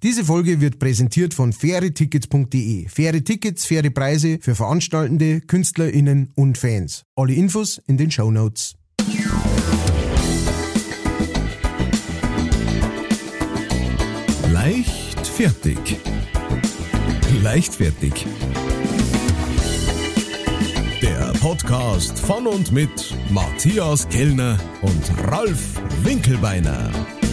Diese Folge wird präsentiert von fairetickets.de. Faire Tickets, faire Preise für Veranstaltende, KünstlerInnen und Fans. Alle Infos in den Shownotes. Leichtfertig. Leichtfertig. Der Podcast von und mit Matthias Kellner und Ralf Winkelbeiner.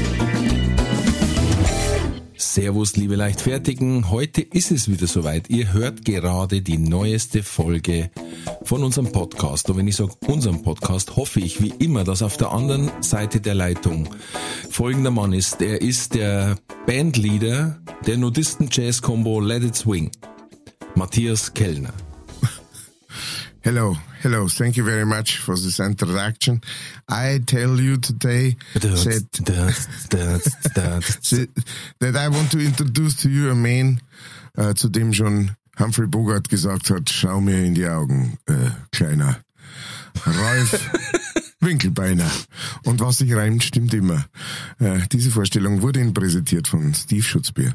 Servus, liebe Leichtfertigen. Heute ist es wieder soweit. Ihr hört gerade die neueste Folge von unserem Podcast. Und wenn ich sage unserem Podcast, hoffe ich wie immer, dass auf der anderen Seite der Leitung folgender Mann ist. Er ist der Bandleader der Nudisten-Jazz-Combo Let It Swing, Matthias Kellner. Hello. Thank you very much for this introduction. I tell you today that I want to introduce to you a man, zu dem schon Humphrey Bogart gesagt hat, schau mir in die Augen, Kleiner. Ralf Winkelbeiner. Und was sich reimt, stimmt immer. Diese Vorstellung wurde Ihnen präsentiert von Steve Schutzbier.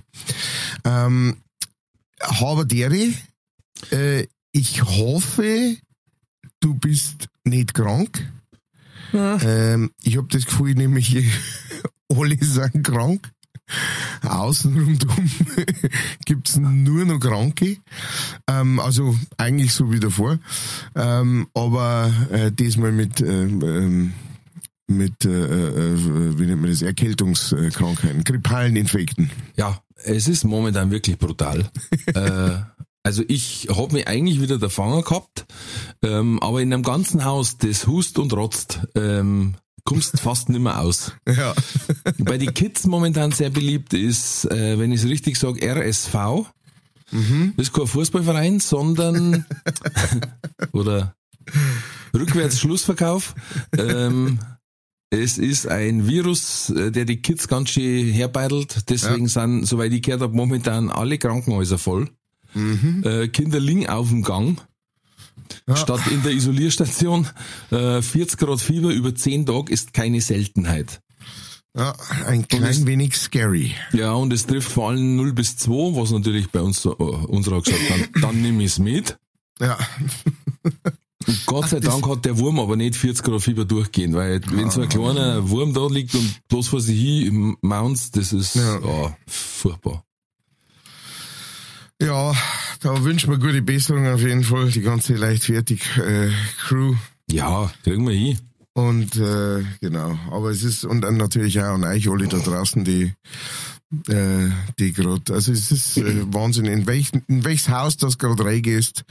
Haberderi, ich hoffe, du bist nicht krank. Ja. Ich habe das Gefühl, nämlich alle sind krank. Außen rundum gibt's nur noch Kranke. Also eigentlich so wie davor. Aber diesmal mit wie nennt man das, Erkältungskrankheiten, grippalen Infekten. Ja, es ist momentan wirklich brutal. Also ich habe mich eigentlich wieder der Fanger gehabt, aber in einem ganzen Haus, das hust und rotzt, kommst fast nicht mehr aus. Ja. Bei den Kids momentan sehr beliebt ist, wenn ich es richtig sage, RSV. Das ist kein Fußballverein, sondern oder rückwärts Schlussverkauf. Es ist ein Virus, der die Kids ganz schön herbeidelt. Deswegen sind, soweit ich gehört habe, momentan alle Krankenhäuser voll. Kinder liegen auf dem Gang, statt in der Isolierstation. 40 Grad Fieber über 10 Tage ist keine Seltenheit. Ja, ein klein wenig scary. Ja, und es trifft vor allem 0 bis 2, was natürlich bei uns unserer gesagt hat, dann nehme ich es mit. Ja. Und Gott sei Dank hat der Wurm aber nicht 40 Grad Fieber durchgehend, weil wenn so ein kleiner Wurm da liegt und bloß vor sich hin mounts, das ist furchtbar. Ja, da wünschen wir gute Besserung auf jeden Fall, die ganze Leichtfertig-Crew. Ja, kriegen wir hin. Und genau, aber es ist, und dann natürlich auch an euch alle da draußen, die gerade, also es ist Wahnsinn, in welches Haus das gerade reingehst,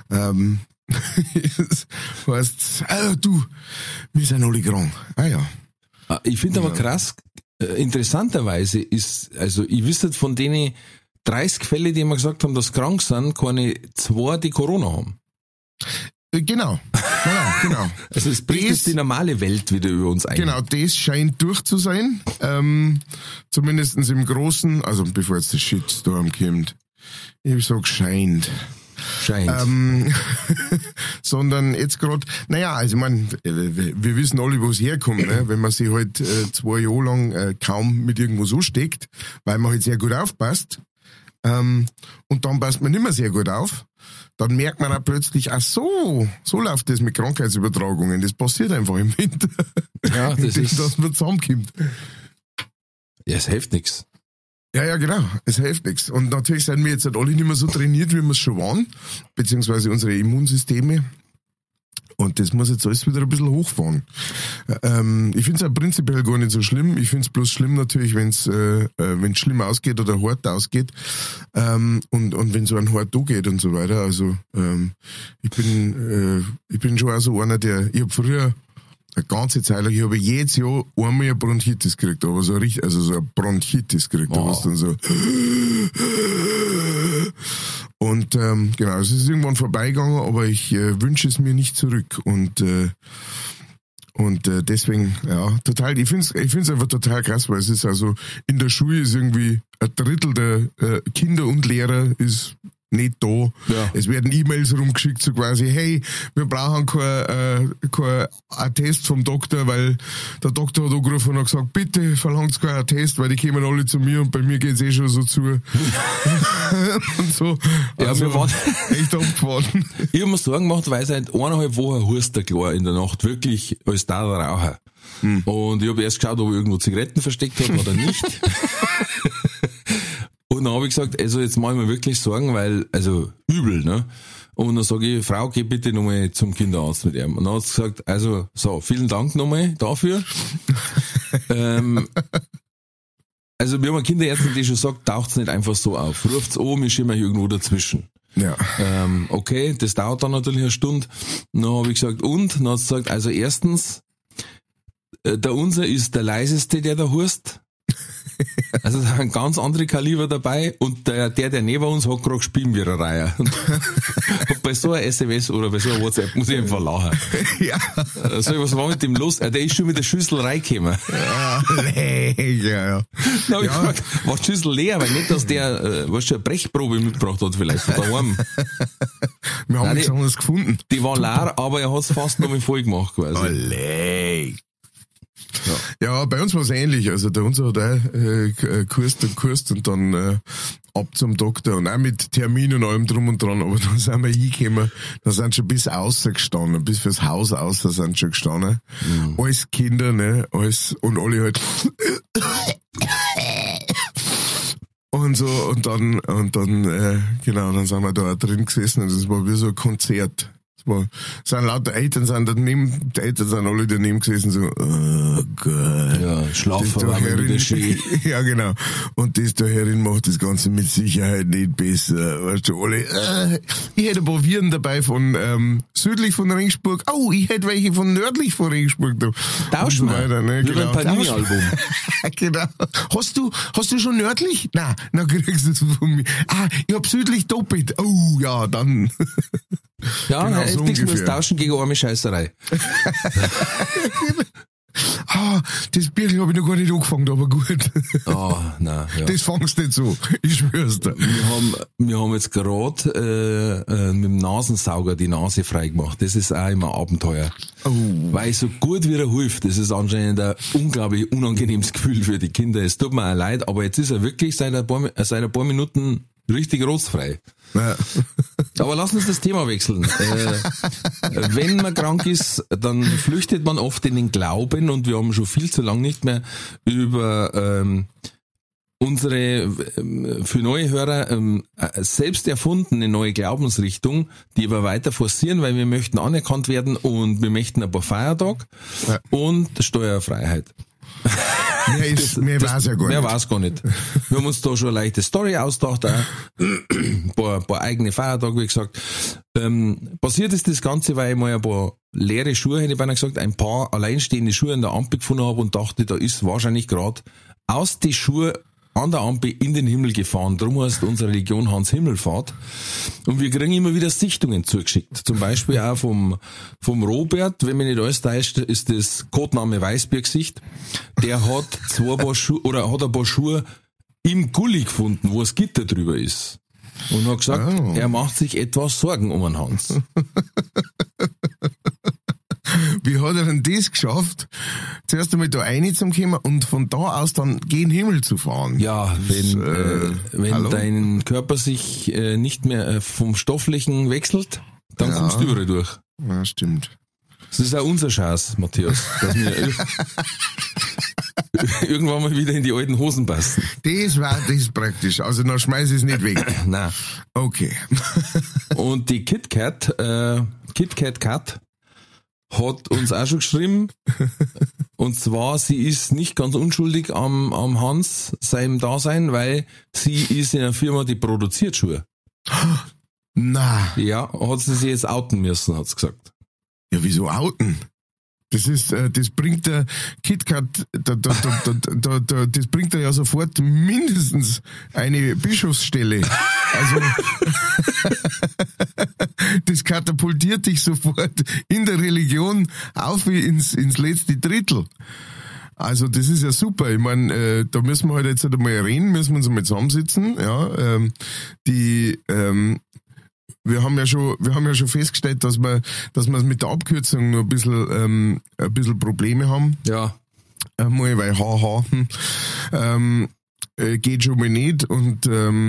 heißt, du, wir sind alle krank. Ah ja. Ich finde aber krass, interessanterweise ist, also ich wüsste von denen 30 Fälle, die immer gesagt haben, dass sie krank sind, keine 2, die Corona haben. Genau. Also es bricht jetzt die normale Welt wieder über uns ein. Genau, das scheint durch zu sein. Zumindestens im Großen, also bevor jetzt der Shitstorm kommt. Ich sag scheint. Sondern jetzt gerade, also ich meine, wir wissen alle, wo es herkommt, ne? Wenn man sich halt 2 Jahre lang kaum mit irgendwo so steckt, weil man halt sehr gut aufpasst, und dann passt man nicht mehr sehr gut auf, dann merkt man auch plötzlich, so läuft das mit Krankheitsübertragungen, das passiert einfach im Winter. Ja, das ist, dass man zusammenkommt. Ja, es hilft nichts. Ja, genau, es hilft nichts. Und natürlich sind wir jetzt halt alle nicht mehr so trainiert, wie wir es schon waren, beziehungsweise unsere Immunsysteme. Und das muss jetzt alles wieder ein bisschen hochfahren. Ich finde es auch prinzipiell gar nicht so schlimm. Ich finde es bloß schlimm natürlich, wenn es schlimm ausgeht oder hart ausgeht. Und wenn so ein hart geht und so weiter. Also ich bin schon auch so einer, ich habe früher eine ganze Zeit lang, ich habe jedes Jahr einmal eine Bronchitis gekriegt, aber so richtig, also so eine Bronchitis gekriegt, da war's dann so. Und genau, es ist irgendwann vorbeigegangen, aber ich wünsche es mir nicht zurück. Und deswegen, ja, total, ich find's einfach total krass, weil es ist also, in der Schule ist irgendwie 1/3 der Kinder und Lehrer ist nicht da. Ja. Es werden E-Mails rumgeschickt, so quasi, hey, wir brauchen kein Attest vom Doktor, weil der Doktor hat angerufen und hat gesagt, bitte verlangt kein Attest, weil die kommen alle zu mir und bei mir geht's schon so zu. Und so. Ja, Also, wir waren echt abgefahren. Ich hab mir Sorgen gemacht, weil seit 1,5 Wochen hust der klar in der Nacht wirklich als Dauerraucher. Und ich habe erst geschaut, ob er irgendwo Zigaretten versteckt hat oder nicht. Und dann habe ich gesagt, also jetzt mache ich mir wirklich Sorgen, weil, also übel, ne? Und dann sage ich, Frau, geh bitte nochmal zum Kinderarzt mit ihm. Und dann hat sie gesagt, also, so, vielen Dank nochmal dafür. Also, wir haben eine Kinderärztin, die schon sagt, taucht's nicht einfach so auf. Ruft's an, wir schieben euch irgendwo dazwischen. Ja. Okay, das dauert dann natürlich eine Stunde. Dann habe ich gesagt, und? Dann hat sie gesagt, also erstens, der unser ist der leiseste, der da hust. Also da sind ganz andere Kaliber dabei und der neben uns hat gerade gespielt wie eine Reihe. Und bei so einer SMS oder bei so einer WhatsApp muss ich einfach lachen. Ja. So, was war mit dem los? Der ist schon mit der Schüssel reingekommen. Ja. Dann habe ich gefragt, war die Schüssel leer? Weil nicht, dass der, was schon eine Brechprobe mitgebracht hat vielleicht von daheim. Wir haben Nein, nichts anderes gefunden. Die war leer, aber er hat es fast noch mal voll gemacht quasi. Olé. Ja, bei uns war es ähnlich. Also der unser hat auch gekürzt und dann ab zum Doktor und auch mit Termin und allem drum und dran. Aber dann sind wir hingekommen, da sind schon bis außer gestanden, bis fürs Haus außer sind schon gestanden. Alles Kinder, ne, alles und alle halt. Und so, und dann, genau, dann sind wir da drin gesessen und das war wie so ein Konzert. Sind lauter Eltern die Eltern sind alle daneben gesessen, so, oh Gott. Ja, schlafen war wieder schön. Ja, genau. Und das da herin macht das Ganze mit Sicherheit nicht besser. Weißt du, alle, ich hätte ein paar Viren dabei von, südlich von Regensburg. Oh, ich hätte welche von nördlich von Regensburg da. Tauschen wir. So ne? Wie beim Panini-Album. Genau. Hast du schon nördlich? Nein, dann kriegst du es von mir. Ah, ich hab südlich doppelt. Oh, ja, dann. Ja, Genau, so nichts mehr tauschen gegen arme Scheißerei. Das Bierchen habe ich noch gar nicht angefangen, aber gut. Nein, ja. Das fangst nicht so, ich schwör's dir. Wir haben jetzt gerade mit dem Nasensauger die Nase frei gemacht. Das ist auch immer ein Abenteuer. Weil so gut wie er hilft, das ist anscheinend ein unglaublich unangenehmes Gefühl für die Kinder. Es tut mir auch leid, aber jetzt ist er wirklich seit ein paar Minuten richtig rotzfrei. Ja. Aber lass uns das Thema wechseln. Wenn man krank ist, dann flüchtet man oft in den Glauben und wir haben schon viel zu lang nicht mehr über unsere für neue Hörer selbst erfundene neue Glaubensrichtung, die wir weiter forcieren, weil wir möchten anerkannt werden und wir möchten ein paar Feiertage und Steuerfreiheit. Mehr weiß ja gar nicht. Mehr weiß gar nicht. Wir haben uns da schon eine leichte Story ausgedacht, ein paar eigene Feiertage, wie gesagt. Passiert ist das Ganze, weil ich mal ein paar leere Schuhe, hätte ich beinahe gesagt, ein paar alleinstehende Schuhe an der Ampel gefunden habe und dachte, da ist wahrscheinlich gerade aus die Schuhe an der Ampel in den Himmel gefahren. Darum heißt unsere Region Hans-Himmelfahrt. Und wir kriegen immer wieder Sichtungen zugeschickt. Zum Beispiel auch vom Robert, wenn mich nicht alles täuscht, ist das Codename Weißbiergesicht. Der hat ein paar Schuhe im Gully gefunden, wo das Gitter drüber ist. Und hat gesagt, er macht sich etwas Sorgen um den Hans. Wie hat er denn das geschafft, zuerst einmal da rein zu kommen und von da aus dann gen Himmel zu fahren? Ja, wenn dein Körper sich nicht mehr vom Stofflichen wechselt, dann kommst du überall durch. Ja, stimmt. Das ist auch unser Schatz, Matthias, dass wir irgendwann mal wieder in die alten Hosen passen. Das ist praktisch. Also dann schmeiß ich es nicht weg. Nein. Okay. Und die KitKat hat uns auch schon geschrieben. Und zwar, sie ist nicht ganz unschuldig am Hans, seinem Dasein, weil sie ist in einer Firma, die produziert Schuhe. Na. Ja, hat sie sich jetzt outen müssen, hat sie gesagt. Ja, wieso outen? Das bringt der KitKat, das bringt er ja sofort mindestens eine Bischofsstelle. Also, das katapultiert dich sofort in der Religion auf wie ins letzte Drittel. Also das ist ja super. Ich meine, da müssen wir halt jetzt halt einmal reden, müssen wir uns einmal zusammensitzen. Ja, wir haben ja schon festgestellt, dass wir es mit der Abkürzung nur ein bisschen Probleme haben. Ja. Mal, weil geht schon mal nicht und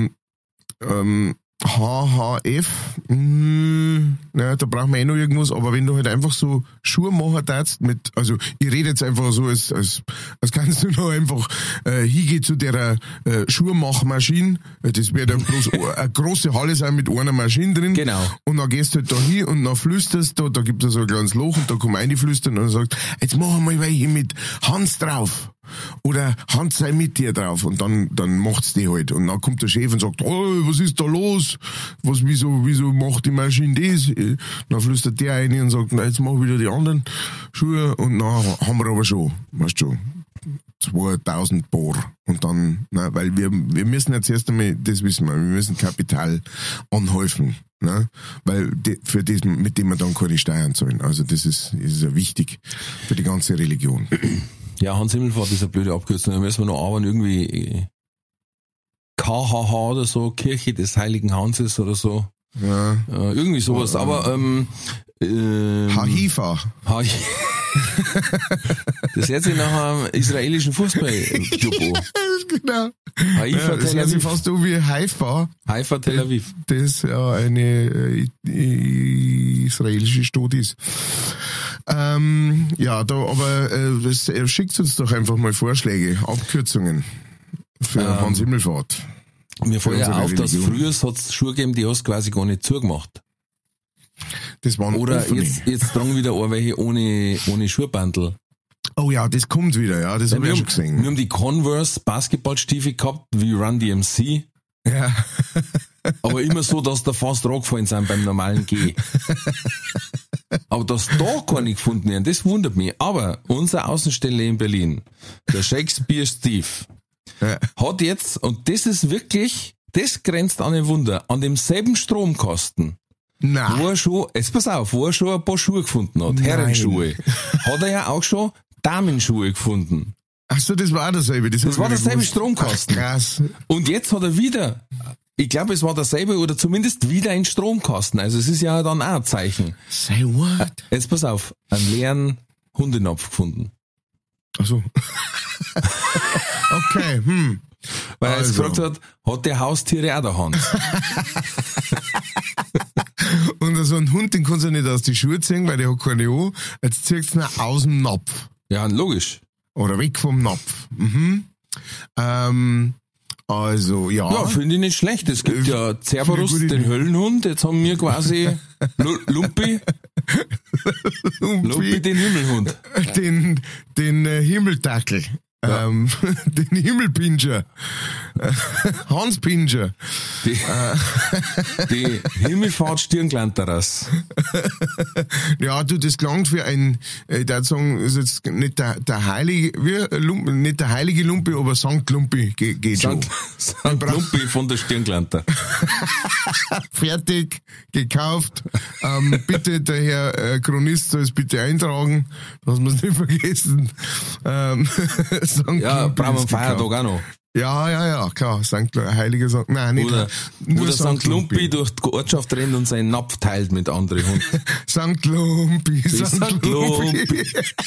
HHF, da brauchen wir noch irgendwas, aber wenn du halt einfach so Schuhe machen darfst also ich rede jetzt einfach so, als kannst du noch einfach hingehen zu der Schuhmachmaschine, das wird eine große Halle sein mit einer Maschine drin. Genau. Und dann gehst du halt da hin und dann flüsterst du, da gibt es so ein kleines Loch und da kann man reinflüstern und dann sagt, jetzt machen wir welche mit Hans drauf. Oder Hand sei mit dir drauf und dann macht's die halt. Und dann kommt der Chef und sagt, oh, was ist da los? Wieso macht die Maschine das? Dann flüstert der rein und sagt, na, jetzt mach ich wieder die anderen Schuhe und dann haben wir aber schon, weißt du, 2000 Bohr. Und dann, weil wir müssen jetzt erst einmal, das wissen wir müssen Kapital anhäufen. Ne? Weil für das, mit dem wir dann keine Steuern zahlen. Also das ist ja wichtig für die ganze Religion. Ja, Hans Himmelfahrt ist eine blöde Abkürzung. Da müssen wir noch arbeiten, irgendwie KHH oder so, Kirche des Heiligen Hanses oder so. Ja. Irgendwie sowas. Aber Hahifa. Das hört sich nach einem israelischen Fußballclub an. Genau. Haifa das Tel hört sich Aviv. fast an wie Haifa. Haifa Tel Aviv. Das ja eine israelische Stadt ist. Schickt uns doch einfach mal Vorschläge, Abkürzungen für Hans Himmelfahrt. Mir fällt ja auf, dass Religion. früher hat es Schuhe gegeben, die hast quasi gar nicht zugemacht. Das waren Oder offene. jetzt tragen wieder welche ohne Schuhbandel. Oh ja, das kommt wieder, ja, das habe ich schon gesehen. Wir haben die Converse Basketballstiefel gehabt, wie Run DMC. Ja. Aber immer so, dass da fast runtergefallen sind beim normalen G. Aber dass da keine gefunden werden, das wundert mich. Aber unser Außenstelle in Berlin, der Shakespeare Steve, hat jetzt, und das ist wirklich, das grenzt an ein Wunder, an demselben Stromkasten, Nein. wo er schon ein paar Schuhe gefunden hat, Nein. Herrenschuhe, hat er ja auch schon Damenschuhe gefunden. Ach so, das war dasselbe. Das war derselbe gewusst. Stromkasten. Ach, krass. Und jetzt hat er wieder, ich glaube, es war derselbe oder zumindest wieder ein Stromkasten. Also es ist ja dann auch ein Zeichen. Say what? Jetzt pass auf, einen leeren Hundenapf gefunden. Ach so. Okay, Weil er jetzt Also. gefragt hat der Haustiere auch der Hans? Und so ein Hund, den kannst du nicht aus die Schuhe ziehen, weil der hat keine an. Jetzt ziehst du ihn aus dem Napf. Ja, logisch. Oder weg vom Napf. Also, ja. Ja, finde ich nicht schlecht. Es gibt ja Cerberus, Finde ich gut. den Höllenhund. Jetzt haben wir quasi Lumpi, den Himmelhund. Den Himmeldackel. Den Himmelpinscher. Hans Pinscher. Die Himmelfahrt Stirnglanteras. Ja, du, das klingt für ein, ich würde sagen, ist jetzt nicht der heilige, nicht der heilige Lumpi, aber Sankt Lumpi geht schon. Sankt Lumpi von der Stirnglanter. Fertig, gekauft. Bitte, der Herr Chronist soll es bitte eintragen, dass wir es nicht vergessen. Sankt Ja, Lumpi brauchen wir am ist Feiertag gekauft. auch noch. Ja, klar, heiliger Sankt, nein, nicht. Oder Sankt Lumpi durch die Ortschaft rennt und seinen Napf teilt mit anderen Hunden. Sankt Lumpi, Sankt Lumpi.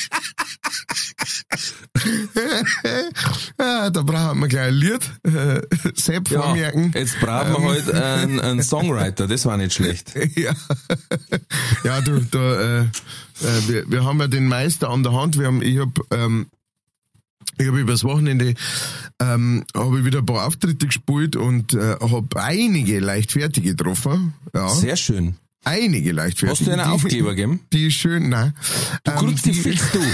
Ja, da brauchen wir gleich ein Lied. Sepp Ja, vormerken. jetzt brauchen wir halt einen Songwriter, das war nicht schlecht. Ja, ja, du, wir haben ja den Meister an der Hand. Ich habe übers Wochenende habe ich wieder ein paar Auftritte gespielt und habe einige Leichtfertige getroffen. Ja, Sehr schön. einige Leichtfertige. Hast du einen Aufkleber gegeben? Die ist schön, nein. Du grüßt dich fix, du.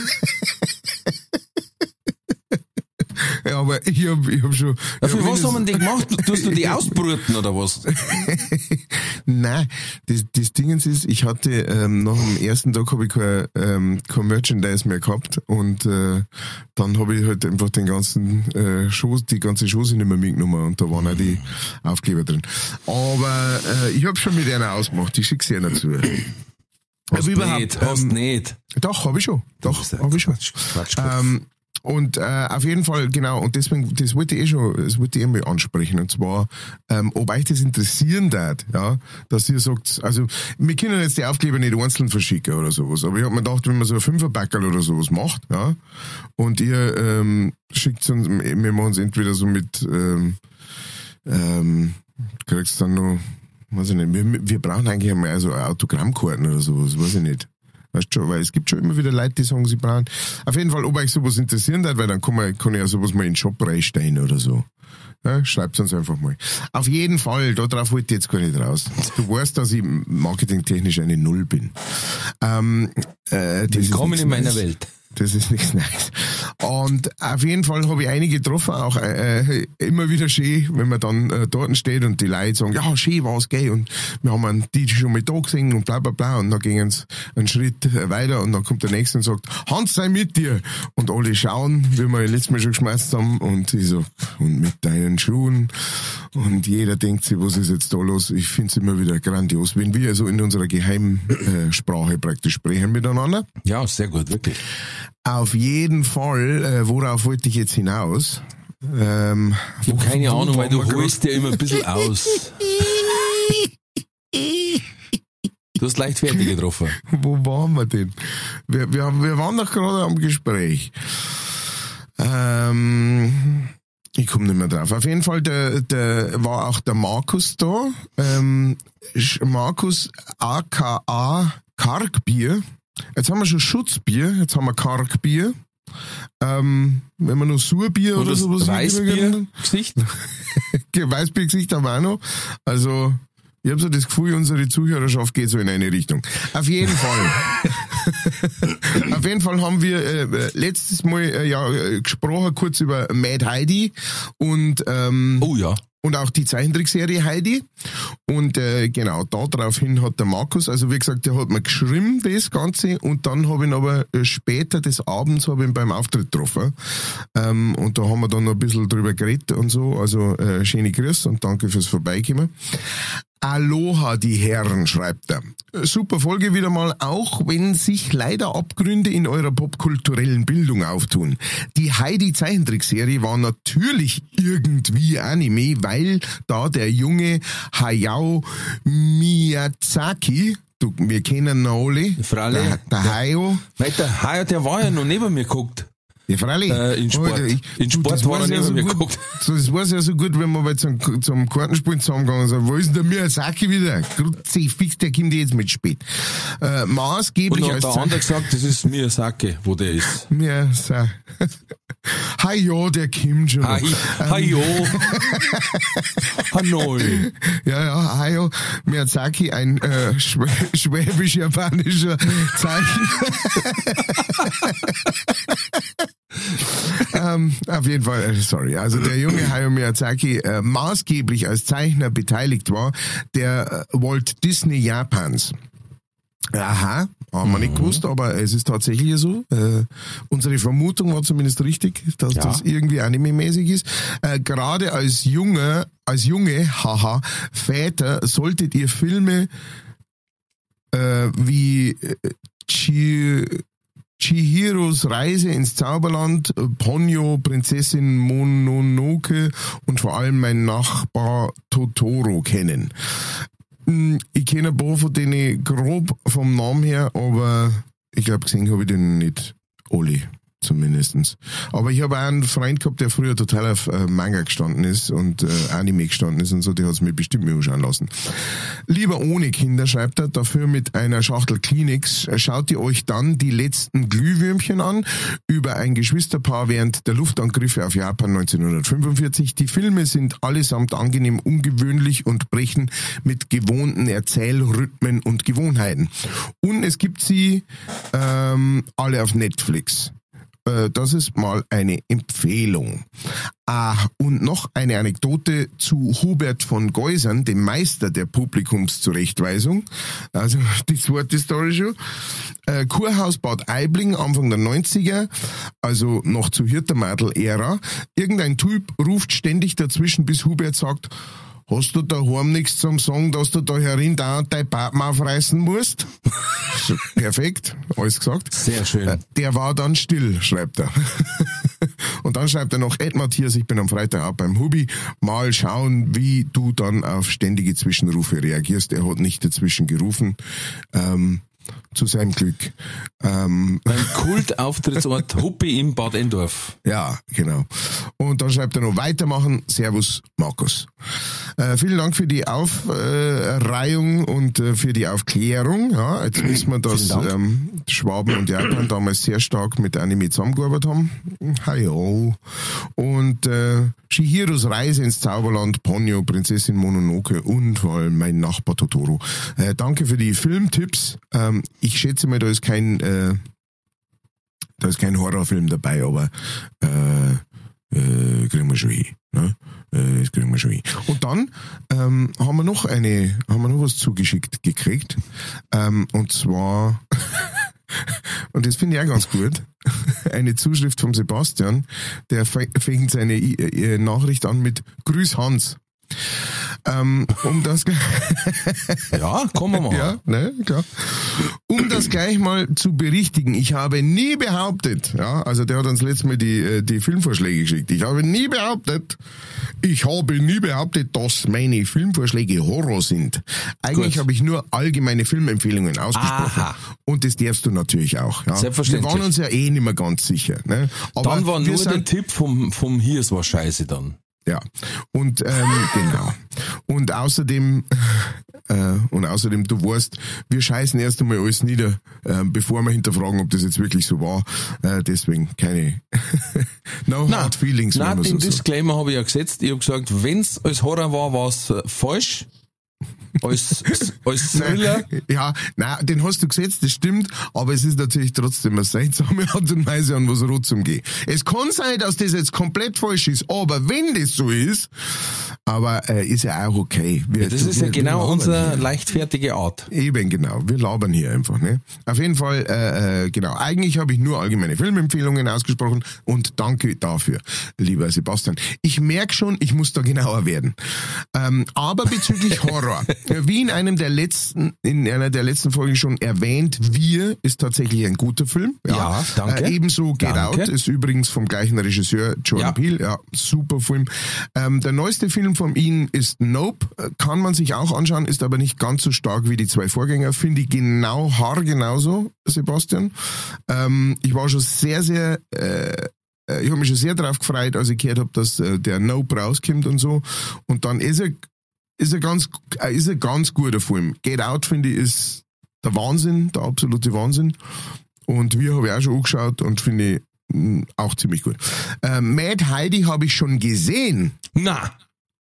Ja, aber ich hab schon... Ja, für ja, was wenn haben wir die gemacht? Tust du die ausbrüten oder was? Nein, das Dingens ist, ich hatte nach dem ersten Tag habe ich kein Merchandise mehr gehabt und dann habe ich halt einfach die ganze Chose nicht mehr mitgenommen und da waren auch die Aufkleber drin. Aber ich habe schon mit einer ausgemacht, ich schicke sie einer zu. Hast nicht. Doch, habe ich schon. Doch, habe ich schon. Quatsch. Und auf jeden Fall, genau, und deswegen, das wollte ich mal ansprechen. Und zwar, ob euch das interessieren darf, ja, dass ihr sagt, also wir können jetzt die Aufkleber nicht einzeln verschicken oder sowas, aber ich habe mir gedacht, wenn man so ein 5er-Packerl oder sowas macht, ja, und ihr schickt uns, wir machen es entweder so mit, kriegst dann noch, weiß ich nicht, wir brauchen eigentlich mal so Autogrammkarten oder sowas, weiß ich nicht. Weißt du schon, weil es gibt schon immer wieder Leute, die sagen, sie brauchen. Auf jeden Fall, ob euch sowas interessieren hat, weil dann kann ich ja sowas mal in den Shop reinstellen oder so. Ja, schreibt uns einfach mal. Auf jeden Fall, darauf wollte ich jetzt gar nicht raus. Du weißt, dass ich marketingtechnisch eine Null bin. Willkommen in meiner Welt. Das ist nichts Neues. Und auf jeden Fall habe ich einige getroffen, auch immer wieder schön, wenn man dann dort steht und die Leute sagen, ja, schön war's, gell, und wir haben die schon mal da gesehen und bla bla bla, und dann gehen sie einen Schritt weiter und dann kommt der Nächste und sagt, Hans, sei mit dir. Und alle schauen, wie wir letztes Mal schon geschmeißt haben, und ich so, und mit deinen Schuhen, und jeder denkt sich, was ist jetzt da los? Ich finde es immer wieder grandios, wenn wir so in unserer Geheimsprache praktisch sprechen miteinander. Ja, sehr gut, wirklich. Auf jeden Fall, worauf wollte ich jetzt hinaus? Ich habe keine Ahnung, weil du holst ja immer ein bisschen aus. Du hast leichtfertig getroffen. Wo waren wir denn? Wir waren doch gerade am Gespräch. Ich komme nicht mehr drauf. Auf jeden Fall, der war auch der Markus da. Markus aka Kargbier. Jetzt haben wir schon Schutzbier, jetzt haben wir Kargbier. Wenn wir noch Surbier oder sowas Weißbier-Gesicht? Weißbier-Gesicht haben wir auch noch. Also, ich habe so das Gefühl, unsere Zuhörerschaft geht so in eine Richtung. Auf jeden Fall. Auf jeden Fall haben wir letztes Mal gesprochen kurz über Mad Heidi und oh ja. Und auch die Zeichentrickserie Heidi. Und genau, daraufhin hat der Markus, also wie gesagt, der hat mir geschrieben, das Ganze, und dann habe ich ihn aber später des Abends habe ich ihn beim Auftritt getroffen. Und da haben wir dann noch ein bisschen drüber geredet und so. Also schöne Grüße und danke fürs Vorbeikommen. Aloha, die Herren, schreibt er. Super Folge wieder mal, auch wenn sich leider Abgründe in eurer popkulturellen Bildung auftun. Die Heidi-Zeichentrickserie war natürlich irgendwie Anime, weil da der junge Hayao Miyazaki, wir kennen ihn alle, der Hayao. Weil der Hayao, der war ja noch neben mir geguckt. Ja, freilich. In Sport. In Sport war er neben mir geguckt. So, das war ja so gut, wenn wir zum Kartenspielen zusammengegangen sind. Wo ist denn der Miyazaki wieder? Grüezi, fix, der kommt jetzt mit spät. Maßgeblich und hat der andere gesagt, das ist Miyazaki, wo der ist. Miyazaki. Hajo, der kommt schon. Hajo. Hanoi. Ja, Hajo Miyazaki, ein schwäbisch-japanischer Zeichen. Auf jeden Fall, sorry. Also der junge Hayao Miyazaki maßgeblich als Zeichner beteiligt war, der Walt Disney Japans. Aha, haben wir nicht gewusst, aber es ist tatsächlich so. Unsere Vermutung war zumindest richtig, dass das irgendwie anime-mäßig ist. Gerade als junge Väter solltet ihr Filme wie Chihiros Reise ins Zauberland, Ponyo, Prinzessin Mononoke und vor allem mein Nachbar Totoro kennen. Ich kenne ein paar von denen grob vom Namen her, aber ich glaube, gesehen habe ich den nicht alle, zumindestens. Aber ich habe auch einen Freund gehabt, der früher total auf Manga gestanden ist und Anime gestanden ist und so, der hat es mir bestimmt mal anschauen lassen. Lieber ohne Kinder, schreibt er, dafür mit einer Schachtel Kleenex, schaut ihr euch dann die letzten Glühwürmchen an über ein Geschwisterpaar während der Luftangriffe auf Japan 1945. Die Filme sind allesamt angenehm ungewöhnlich und brechen mit gewohnten Erzählrhythmen und Gewohnheiten. Und es gibt sie alle auf Netflix. Das ist mal eine Empfehlung. Und noch eine Anekdote zu Hubert von Geusern, dem Meister der Publikumszurechtweisung. Also die zweite Story schon. Kurhaus Bad Aibling, Anfang der 90er, also noch zu Hirtermadl-Ära. Irgendein Typ ruft ständig dazwischen, bis Hubert sagt, hast du daheim nichts zum Sagen, dass du da herin da dein Bappen aufreißen musst? Perfekt, alles gesagt. Sehr schön. Der war dann still, schreibt er. Und dann schreibt er noch, Matthias, ich bin am Freitag auch beim Hubi. Mal schauen, wie du dann auf ständige Zwischenrufe reagierst. Er hat nicht dazwischen gerufen. Zu seinem Glück. Beim Kultauftrittsort Huppi im Bad Endorf. Ja, genau. Und dann schreibt er noch, weitermachen. Servus, Markus. Vielen Dank für die Aufreihung und für die Aufklärung. Ja, jetzt wissen wir, dass Schwaben und Japan damals sehr stark mit Anime zusammengearbeitet haben. Hallo. Und Chihiros Reise ins Zauberland, Ponyo, Prinzessin Mononoke und vor allem mein Nachbar Totoro. Danke für die Filmtipps. Ich schätze mal, da ist kein Horrorfilm dabei, aber kriegen wir schon hin. Ne? Das kriegen wir schon hin. Und dann haben wir noch was zugeschickt gekriegt. Und zwar und das finde ich auch ganz gut. Eine Zuschrift vom Sebastian, der fängt seine Nachricht an mit Grüß Hans. Das ja, kommen wir mal. Ja, ne, klar. Um das gleich mal zu berichtigen, ich habe nie behauptet, ja, also der hat uns letztes Mal die Filmvorschläge geschickt. Ich habe nie behauptet, dass meine Filmvorschläge Horror sind. Eigentlich habe ich nur allgemeine Filmempfehlungen ausgesprochen. Aha. Und das darfst du natürlich auch. Ja. Selbstverständlich. Wir waren uns ja nicht mehr ganz sicher. Ne? Aber dann war nur der Tipp vom Hirs war scheiße dann. Ja, und genau. Und außerdem, du weißt, wir scheißen erst einmal alles nieder, bevor wir hinterfragen, ob das jetzt wirklich so war. Deswegen keine hard feelings. Nein, den Disclaimer habe ich ja gesetzt. Ich habe gesagt, wenn es als Horror war es falsch. Als Thriller? Ja, nein, den hast du gesetzt, das stimmt, aber es ist natürlich trotzdem eine seltsame Art und Weise, an was rot zum Gehen. Es kann sein, dass das jetzt komplett falsch ist, aber wenn das so ist, ist ja auch okay. Das ist ja genau unsere leichtfertige Art. Eben, genau. Wir labern hier einfach, ne? Auf jeden Fall, genau. Eigentlich habe ich nur allgemeine Filmempfehlungen ausgesprochen und danke dafür, lieber Sebastian. Ich merke schon, ich muss da genauer werden. Aber bezüglich Horror. Wie in einer der letzten Folgen schon erwähnt, Wir ist tatsächlich ein guter Film. Ja, danke. Ebenso Get Danke. Out ist übrigens vom gleichen Regisseur Jordan Peele. Ja, super Film. Der neueste Film von ihm ist Nope. Kann man sich auch anschauen, ist aber nicht ganz so stark wie die zwei Vorgänger. Finde ich haargenauso, Sebastian. Ich war schon sehr, sehr ich habe mich schon sehr darauf gefreut, als ich gehört habe, dass der Nope rauskommt und so. Und dann ist ein ganz guter Film. Get Out, finde ich, ist der Wahnsinn, der absolute Wahnsinn. Und wir habe ich auch schon angeschaut und finde ich auch ziemlich gut. Mad Heidi habe ich schon gesehen. Na.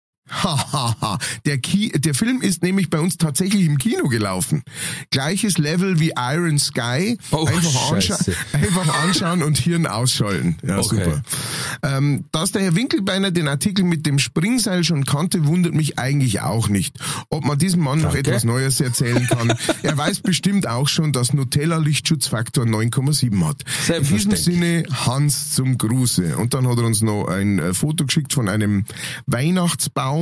Der Film ist nämlich bei uns tatsächlich im Kino gelaufen. Gleiches Level wie Iron Sky. Einfach anschauen und Hirn ausschalten. Ja, okay. Super. Dass der Herr Winkelbeiner den Artikel mit dem Springseil schon kannte, wundert mich eigentlich auch nicht. Ob man diesem Mann noch etwas Neues erzählen kann. Er weiß bestimmt auch schon, dass Nutella Lichtschutzfaktor 9,7 hat. In diesem Sinne, Hans zum Gruße. Und dann hat er uns noch ein Foto geschickt von einem Weihnachtsbaum,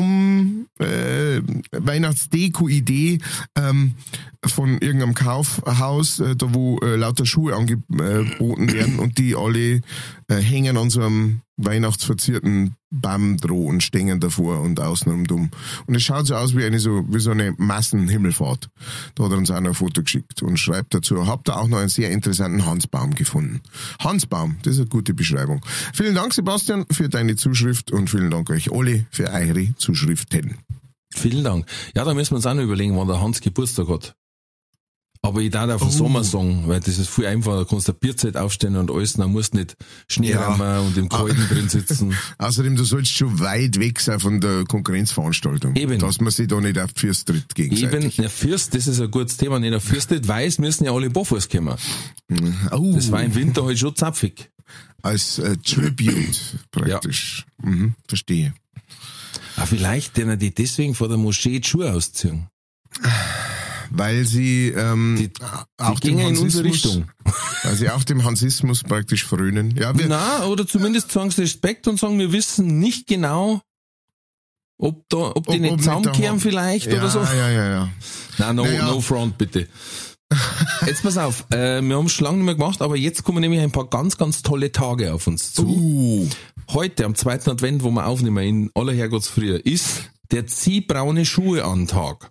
Weihnachtsdeko-Idee von irgendeinem Kaufhaus, da wo lauter Schuhe angeboten werden und die alle hängen an so einem weihnachtsverzierten Baum droh und stehen davor und außenrum dumm. Und es schaut so aus wie so eine Massenhimmelfahrt. Da hat er uns auch noch ein Foto geschickt und schreibt dazu, habt ihr auch noch einen sehr interessanten Hansbaum gefunden. Hansbaum, das ist eine gute Beschreibung. Vielen Dank, Sebastian, für deine Zuschrift und vielen Dank euch alle für eure Zuschriften. Vielen Dank. Ja, da müssen wir uns auch noch überlegen, wann der Hans Geburtstag hat. Aber ich darf auf den Sommer sagen, weil das ist viel einfacher, da kannst du eine Bierzeit aufstellen und alles, dann musst du nicht Schneerammer und im Kalten drin sitzen. Außerdem, du sollst schon weit weg sein von der Konkurrenzveranstaltung. Eben. Dass man sich da nicht auf die Füße tritt gegenseitig. Eben, ja, Fürst, das ist ein gutes Thema, nicht auf Fürst tritt, weil es müssen ja alle barfuß kommen. Oh. Das war im Winter halt schon zapfig. Als Tribute praktisch. Ja. Verstehe. Aber vielleicht, denn die deswegen vor der Moschee die Schuhe ausziehen. Weil sie auch dem Hansismus, in unsere Richtung. Weil sie auch dem Hansismus praktisch frönen. Ja, oder zumindest sagen sie Respekt und sagen, wir wissen nicht genau, ob die nicht zusammenkehren vielleicht oder so. Ja. Nein, no front, bitte. Jetzt pass auf, wir haben es schon lange nicht mehr gemacht, aber jetzt kommen nämlich ein paar ganz, ganz tolle Tage auf uns zu. heute am 2. Advent, wo wir aufnehmen, in aller Herrgottsfrühe, ist der Zieh braune Schuhe an Tag.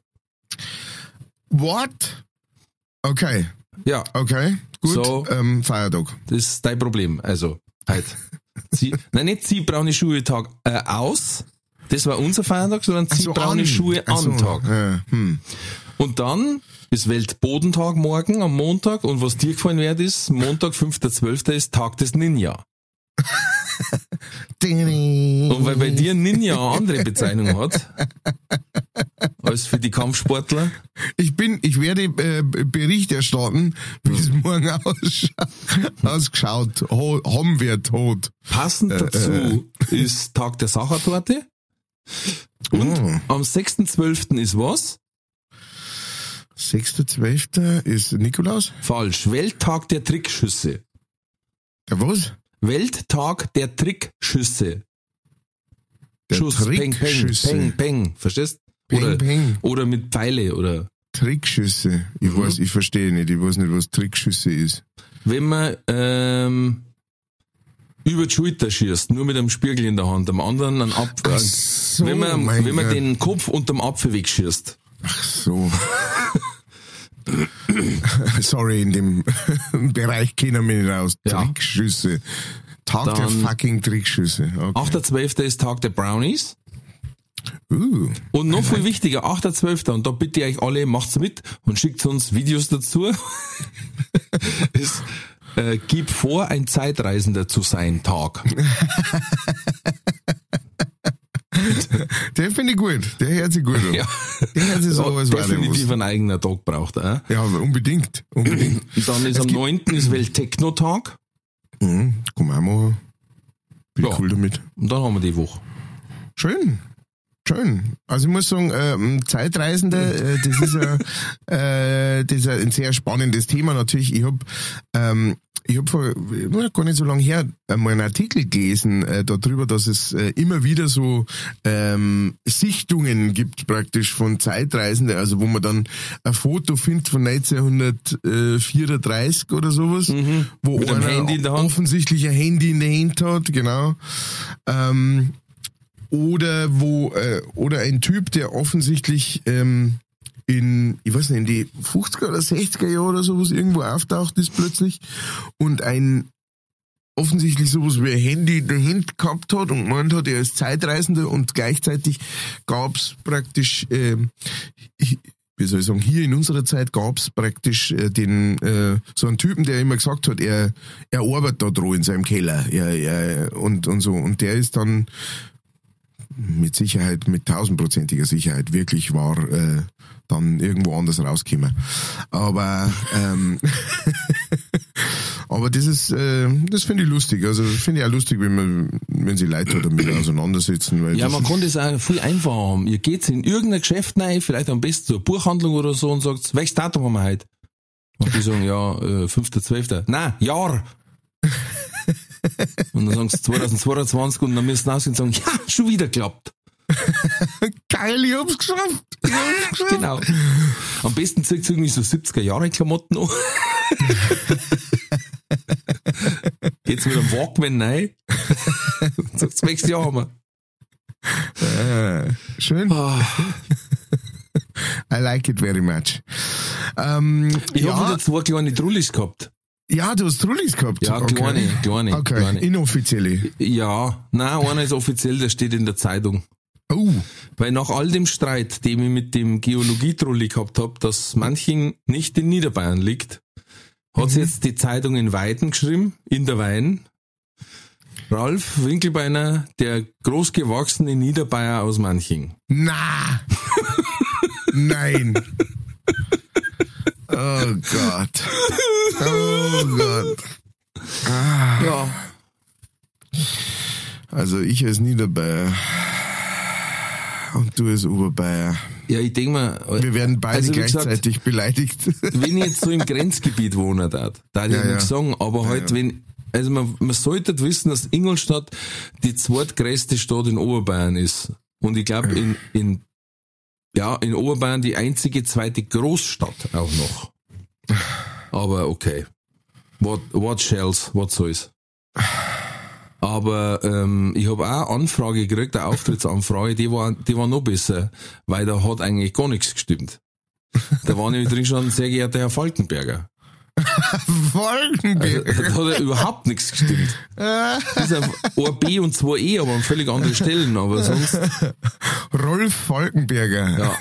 What? Okay. Ja. Okay, gut. So. Feiertag. Das ist dein Problem. Also, halt. Nicht Zieh braune Schuhe Tag aus. Das war unser Feiertag, sondern Zieh braune Schuhe an Tag. Ja. Und dann ist Weltbodentag morgen am Montag. Und was dir gefallen wird, ist, Montag, 5.12. ist Tag des Ninja. Und weil bei dir Ninja eine andere Bezeichnung hat, als für die Kampfsportler. Ich werde Bericht erstatten, wie es morgen ausgeschaut haben wird, tot. Passend dazu ist Tag der Sachertorte. Und am 6.12. ist was? 6.12. ist Nikolaus? Falsch. Welttag der Trickschüsse. Der was? Welttag der Trickschüsse. Der Schuss, Trickschüsse. Peng, peng, verstehst? Peng, peng. Oder mit Pfeile, oder. Trickschüsse. Ich verstehe nicht. Ich weiß nicht, was Trickschüsse ist. Wenn man, über die Schulter schießt, nur mit einem Spiegel in der Hand, am anderen einen Apfel, so, wenn man den Kopf unterm Apfel wegschießt. Ach so. Sorry, in dem Bereich kennen wir nicht aus. Ja. Trickschüsse. Tag der fucking Trickschüsse. Okay. 8.12. ist Tag der Brownies. Und noch viel wichtiger, 8.12. und da bitte ich euch alle, macht's mit und schickt uns Videos dazu. ist, gib vor, ein Zeitreisender zu sein, Tag. Der finde ich gut. Der hört sich gut an. Ja. Der hört sich so als definitiv ein eigener Tag braucht er. Ja, aber unbedingt. Und dann ist am 9. ist Welt-Techno-Tag. Kann man auch machen. Bin cool damit. Und dann haben wir die Woche. Schön. Also ich muss sagen, Zeitreisende, das ist ein sehr spannendes Thema natürlich. Ich hab vor gar nicht so lange her mal einen Artikel gelesen darüber, dass es immer wieder so Sichtungen gibt praktisch von Zeitreisenden, also wo man dann ein Foto findet von 1934 oder sowas, wo mit einem Handy in der Hand. Offensichtlich ein Handy in der Hand hat, genau. Oder oder ein Typ, der offensichtlich in die 50er oder 60er Jahre oder sowas irgendwo auftaucht ist plötzlich und offensichtlich sowas wie ein Handy in der Hand gehabt hat und gemeint hat, er ist Zeitreisender und gleichzeitig gab's praktisch, wie soll ich sagen, hier in unserer Zeit gab's praktisch so einen Typen, der immer gesagt hat, er arbeitet da dran in seinem Keller, und so, und der ist dann mit Sicherheit, mit 1000%iger Sicherheit wirklich war dann irgendwo anders rausgekommen. Aber aber das ist das finde ich lustig. Also finde ich auch lustig, wenn sie Leute damit auseinandersetzen. Weil man kann das auch viel einfacher haben. Ihr geht in irgendein Geschäft rein, vielleicht am besten zur Buchhandlung oder so und sagt, welches Datum haben wir heute? Und die sagen, ja, 5.12. Nein, Jahr! Und dann sagen sie 2022 und dann müssen sie ausgehen und sagen, ja, schon wieder geklappt. Geil, ich hab's geschafft. Genau. Am besten zieht irgendwie so 70er-Jahre-Klamotten an. Geht's mit einem Walkman rein und sagt, das nächste Jahr haben wir. Schön. I like it very much. Ich habe wieder 2 kleine Trullis gehabt. Ja, du hast Trullis gehabt? Ja, okay. kleine. Okay, kleine. Inoffizielle. Ja, nein, einer ist offiziell, der steht in der Zeitung. Oh. Weil nach all dem Streit, den ich mit dem Geologietrulli gehabt habe, dass Manching nicht in Niederbayern liegt, hat jetzt die Zeitung in Weiden geschrieben, in der Wein. Ralf Winkelbeiner, der großgewachsene Niederbayer aus Manching. Na! Nein! Oh Gott. Oh Gott. Ja. Also ich als Niederbayer und du als Oberbayer. Ja, ich denke mal, wir werden beide gleichzeitig beleidigt. Wenn ich jetzt so im Grenzgebiet wohne, da ich nicht sagen, aber halt, also man sollte wissen, dass Ingolstadt die zweitgrößte Stadt in Oberbayern ist. Und ich glaube, in Oberbayern die einzige zweite Großstadt auch noch. Aber okay. What soll's? Aber ich habe auch eine Anfrage gekriegt, eine Auftrittsanfrage, die war noch besser, weil da hat eigentlich gar nichts gestimmt. Da war nämlich drin schon, sehr geehrter Herr Falkenberger. Falkenberger. Also, da hat ja überhaupt nichts gestimmt. Das ist ein B und 2 E, aber an völlig andere Stellen, aber sonst. Rolf Falkenberger. Ja.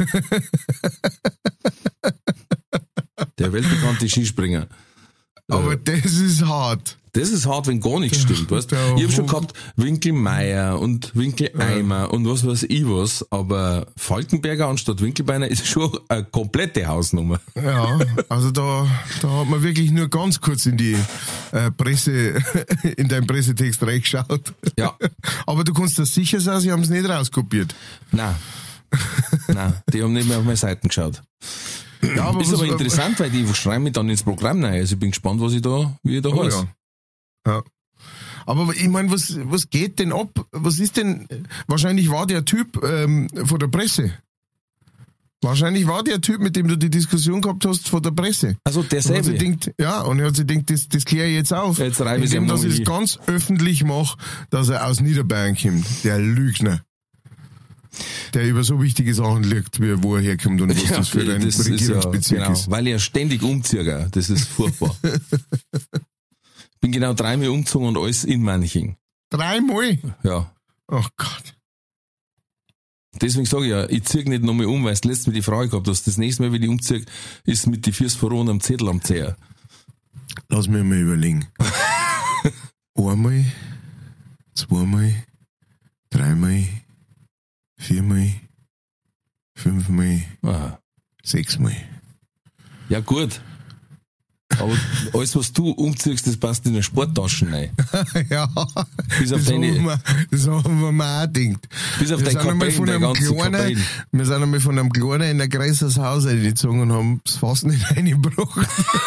Der weltbekannte Skispringer. Aber das ist hart. Das ist hart, wenn gar nichts stimmt, weißt du? Ich habe schon gehabt Winkelmeier und Winkeleimer und was weiß ich was, aber Falkenberger anstatt Winkelbeiner ist schon eine komplette Hausnummer. Ja, also da hat man wirklich nur ganz kurz in die Presse, in deinen Pressetext reingeschaut. Ja. Aber du kannst das sicher sein, sie haben es nicht rauskopiert. Nein, die haben nicht mehr auf meine Seiten geschaut. Ja, aber ist aber interessant, weil die schreiben mich dann ins Programm rein. Also ich bin gespannt, wie ich da heiße. Ja. Aber ich meine, was geht denn ab? Was ist denn, wahrscheinlich war der Typ von der Presse. Wahrscheinlich war der Typ, mit dem du die Diskussion gehabt hast, von der Presse. Also derselbe. Und er hat sich gedacht, das kläre ich jetzt auf. Jetzt reibe ich indem, dass ich das ganz öffentlich mache, dass er aus Niederbayern kommt. Der Lügner. Der über so wichtige Sachen liegt, wie wo er herkommt und was das für ein Regierungsbezirk ist. Weil er ständig umzieht. Das ist furchtbar. Bin genau 3 Mal umgezogen und alles in Manching. 3 Mal? Ja. Ach Gott. Deswegen sage ich ja, ich ziehe nicht nochmal um, weil du letztes Mal die Frage gehabt hast, das nächste Mal, wenn ich umziehe, ist mit die Füße voran am Zettel am Zeher. Lass mich mal überlegen. Einmal, 2 Mal, 3 Mal, 4 Mal, 5 Mal, 6 Mal. Ja gut. Aber alles, was du umziehst, das passt in eine Sporttasche rein. Ja, Bis auf das haben wir mir auch gedacht. Bis auf dein Kapellen, der ganze Kapellen. Wir sind einmal von einem Kleinen in ein größeres Haus reingezogen und haben es fast nicht reingebracht.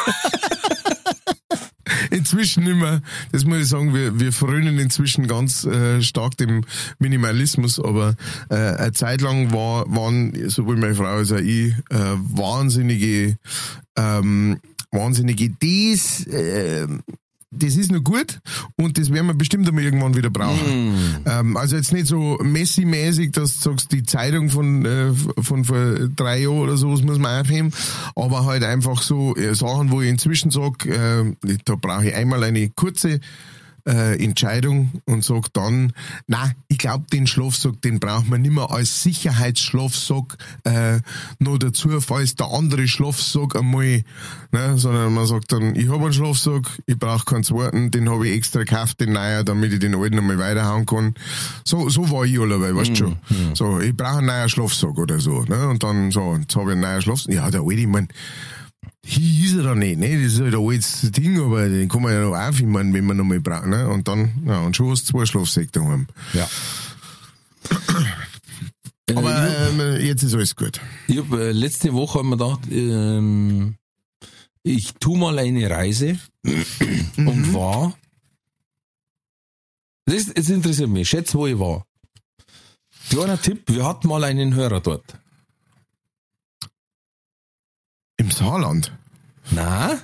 Inzwischen nicht mehr. Das muss ich sagen, wir frönen inzwischen ganz stark dem Minimalismus, aber eine Zeit lang waren sowohl meine Frau als auch ich wahnsinnige das ist noch gut und das werden wir bestimmt einmal irgendwann wieder brauchen. Also jetzt nicht so Messi-mäßig, dass du sagst, die Zeitung von vor 3 Jahren oder sowas muss man aufheben, aber halt einfach so Sachen, wo ich inzwischen sage, da brauche ich einmal eine kurze Entscheidung und sag dann, ich glaube, den Schlafsack, den braucht man nicht mehr als Sicherheitsschlafsack noch dazu, falls der andere Schlafsack einmal, sondern man sagt dann, ich habe einen Schlafsack, ich brauche keinen zweiten, den habe ich extra gekauft, den neuen, damit ich den alten einmal weiterhauen kann. So war ich allebei, weißt du schon. So, ich brauche einen neuen Schlafsack oder so. Ne? Und dann so, jetzt habe ich einen neuen Schlafsack. Ja, der alte, ich meine, hier ist er da nicht, ne? Das ist halt ein altes Ding, aber den kann man ja noch aufhören, wenn man noch mal braucht, ne? Und dann, und schon hast du 2 Schlafsäcke daheim. Ja. Aber jetzt ist alles gut. Ich habe letzte Woche mir gedacht, ich tu mal eine Reise und war. Das interessiert mich. Schätz, wo ich war. Kleiner Tipp, wir hatten mal einen Hörer dort. Im Saarland? Nein.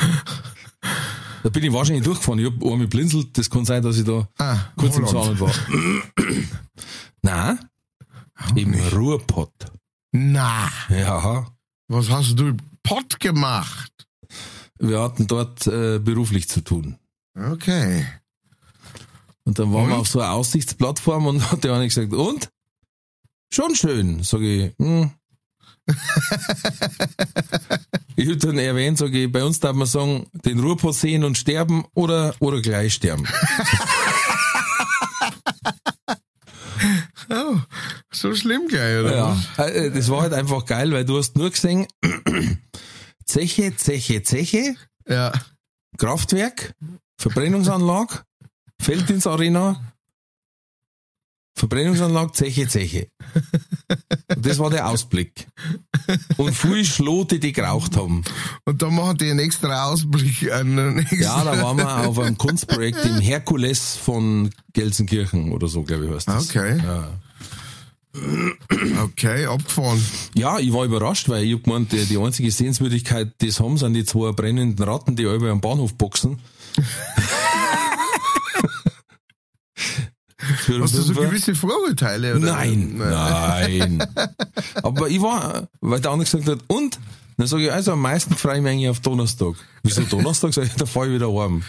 Da bin ich wahrscheinlich durchgefahren. Ich habe einmal blinzelt. Das kann sein, dass ich da kurz Holland. Im Saarland war. Nein. Im Ruhrpott. Na. Ja. Was hast du im Pott gemacht? Wir hatten dort beruflich zu tun. Okay. Und dann waren wir auf so einer Aussichtsplattform und hat der eine gesagt, und? Schon schön. Sag ich, Ich habe dann erwähnt, sage ich, bei uns darf man sagen, den Ruhrpott sehen und sterben oder gleich sterben. Oh, so schlimm gleich, oder? Ja, das war halt einfach geil, weil du hast nur gesehen, Zeche, ja. Kraftwerk, Verbrennungsanlage, Felddienstarena, Verbrennungsanlage, Zeche. Und das war der Ausblick. Und viele Schlote, die geraucht haben. Und da machen die einen extra Ausblick. Ja, da waren wir auf einem Kunstprojekt im Herkules von Gelsenkirchen oder so, glaube ich, heißt das. Okay. Ja. Okay, abgefahren. Ja, ich war überrascht, weil ich hab gemeint, die einzige Sehenswürdigkeit, die es haben, sind die 2 brennenden Ratten, die über am Bahnhof boxen. für Hast du so Fünfer. gewisse Vorurteile? Oder? Nein. Aber ich war, weil der andere gesagt hat, und? Dann sage ich, also am meisten freue ich mich eigentlich auf Donnerstag. Wieso Donnerstag? Sag ich, da fahre ich wieder heim.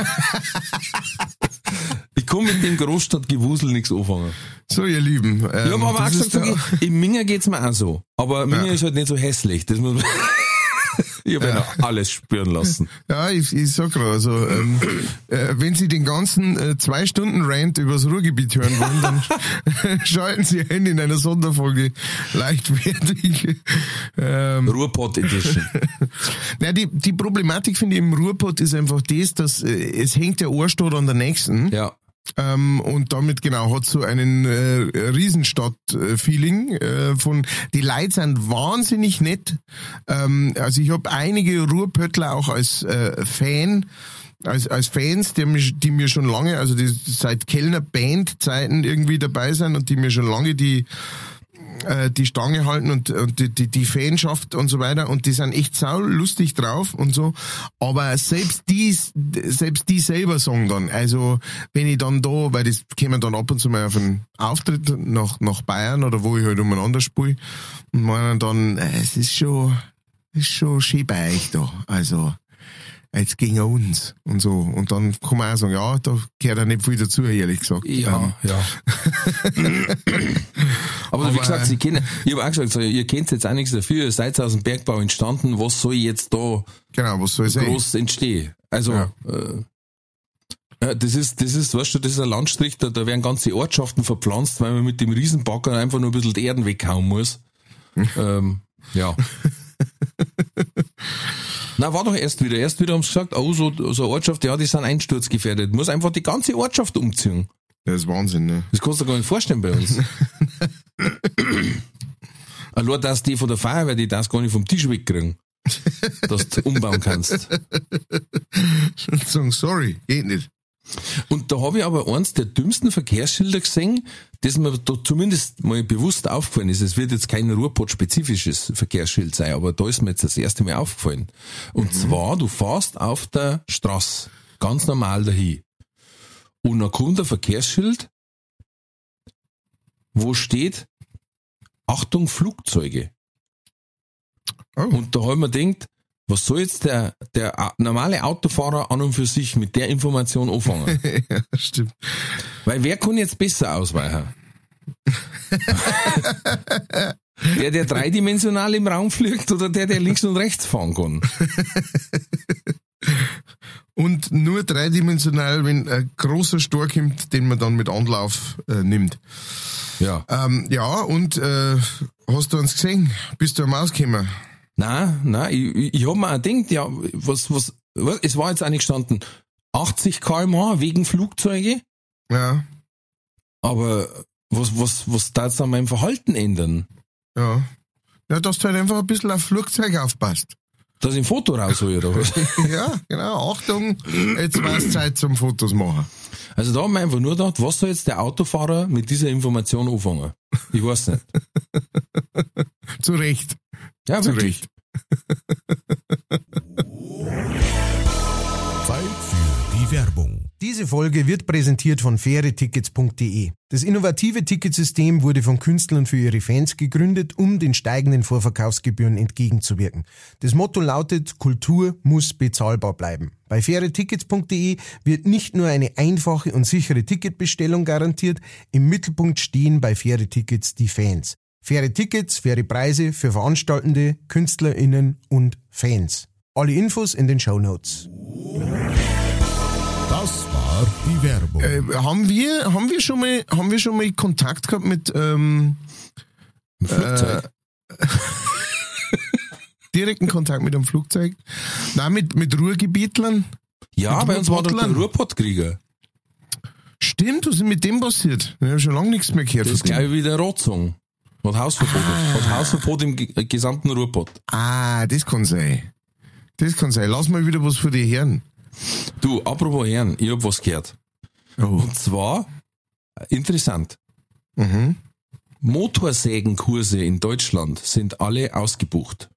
Ich kann mit dem Großstadtgewusel nichts anfangen. So, ihr Lieben. Ich habe aber auch das gesagt, ist sag ich, im Minger geht's mir auch so. Aber Minger ist halt nicht so hässlich. Das muss man ich habe ja alles spüren lassen. Ja, ich sag gerade, also wenn Sie den ganzen 2 Stunden Rant übers Ruhrgebiet hören wollen, dann schalten Sie ein in einer Sonderfolge leichtfertig. Ruhrpott Edition. Na, die Problematik, finde ich, im Ruhrpott ist einfach das, dass es hängt der Ohrstadt an der nächsten. Ja. Und damit genau hat so einen Riesenstadt-Feeling von, die Leute sind wahnsinnig nett. Also ich habe einige Ruhrpöttler auch als Fan, als Fans, die mir schon lange, also die seit Kellner Band-Zeiten irgendwie dabei sind und die mir schon lange die Stange halten und die Fanschaft und so weiter, und die sind echt sau lustig drauf und so, aber selbst die selber sagen dann, also wenn ich dann da, weil das kämen dann ab und zu mal auf einen Auftritt nach Bayern oder wo ich halt umeinander spiele und meinen dann, es ist schon schön bei euch da, also jetzt gegen uns und so. Und dann kann man auch sagen, ja, da gehört auch nicht viel dazu, ehrlich gesagt. Ja. Aber wie gesagt, ich habe auch gesagt, ihr kennt jetzt auch nichts dafür, ihr seid aus dem Bergbau entstanden, was soll jetzt da genau, was soll groß entstehen? Also, das ist, weißt du, das ist ein Landstrich, da werden ganze Ortschaften verpflanzt, weil man mit dem Riesenbagger einfach nur ein bisschen die Erden weghauen muss. Ja. Na, war doch erst wieder haben sie gesagt, oh, so eine Ortschaft, ja, die sind einsturzgefährdet. Muss einfach die ganze Ortschaft umziehen. Das ist Wahnsinn, ne? Das kannst du dir gar nicht vorstellen bei uns. Allein, dass die von der Feuerwehr, die das gar nicht vom Tisch wegkriegen, dass du umbauen kannst. Sagen, sorry, geht nicht. Und da habe ich aber eins der dümmsten Verkehrsschilder gesehen, das mir da zumindest mal bewusst aufgefallen ist. Es wird jetzt kein Ruhrpott-spezifisches Verkehrsschild sein, aber da ist mir jetzt das erste Mal aufgefallen. Und zwar, du fährst auf der Straße ganz normal dahin. Und dann kommt ein Verkehrsschild, wo steht, Achtung, Flugzeuge. Oh. Und da habe ich mir gedacht, was soll jetzt der normale Autofahrer an und für sich mit der Information anfangen? Ja, stimmt. Weil wer kann jetzt besser ausweichen? Der dreidimensional im Raum fliegt oder der links und rechts fahren kann? Und nur dreidimensional, wenn ein großer Stor kommt, den man dann mit Anlauf nimmt. Ja. Ja, und hast du uns gesehen? Bist du am Ausgekommen? Nein, ich hab mir auch gedacht, ja, was, es war jetzt eigentlich gestanden, 80 km/h wegen Flugzeuge, Ja, aber was darf es an meinem Verhalten ändern? ja. Ja, dass du halt einfach ein bisschen auf Flugzeug aufpasst. Dass ich ein Foto raushole oder was? Ja, genau. Achtung, jetzt war es Zeit zum Fotos machen. Also da haben wir einfach nur gedacht, was soll jetzt der Autofahrer mit dieser Information anfangen? Ich weiß nicht. Zu Recht. Ja, Zu wirklich. Recht. Zeit für die Werbung. Diese Folge wird präsentiert von fairetickets.de. Das innovative Ticketsystem wurde von Künstlern für ihre Fans gegründet, um den steigenden Vorverkaufsgebühren entgegenzuwirken. Das Motto lautet, Kultur muss bezahlbar bleiben. Bei fairetickets.de wird nicht nur eine einfache und sichere Ticketbestellung garantiert, im Mittelpunkt stehen bei Faire Tickets die Fans. Faire Tickets, faire Preise für Veranstaltende, KünstlerInnen und Fans. Alle Infos in den Shownotes. Das war die Werbung. Haben wir schon mal Kontakt gehabt mit Ein Flugzeug. direkten Kontakt mit einem Flugzeug? Nein, mit Ruhrgebietlern? Ja, mit bei uns war doch der Ruhrpottlern? Ruhrpottkrieger. Stimmt, was ist mit dem passiert? Ich habe schon lange nichts mehr gehört. Das ist von dem. gleich wie der Rotzung. Hat Hausverbot. Hat Hausverbot im gesamten Ruhrpott. Das kann sein. Das kann sein. Lass mal wieder was für die hören. Du, apropos Herren, ich hab was gehört. Oh. Und zwar, interessant, Mhm. Motorsägenkurse in Deutschland sind alle ausgebucht.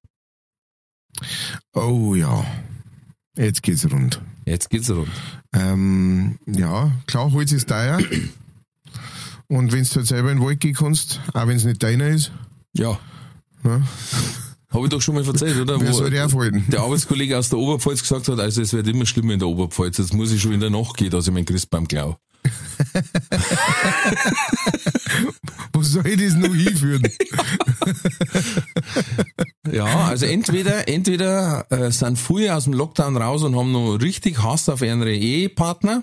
Oh ja. Jetzt geht's rund. Jetzt geht's rund. Ja, klar, Holz ist teuer. Und wenn du halt selber in den Wald gehen kannst, auch wenn es nicht deiner ist. Ja. Ja. Habe ich doch schon mal erzählt, oder? Wer soll die aufhalten? Der Arbeitskollege aus der Oberpfalz gesagt hat, also es wird immer schlimmer in der Oberpfalz. Jetzt muss ich schon in der Nacht gehen, dass ich meinen Christbaum klaue. Wo soll ich das noch hinführen? Ja, also entweder sind viele aus dem Lockdown raus und haben noch richtig Hass auf ihre Ehepartner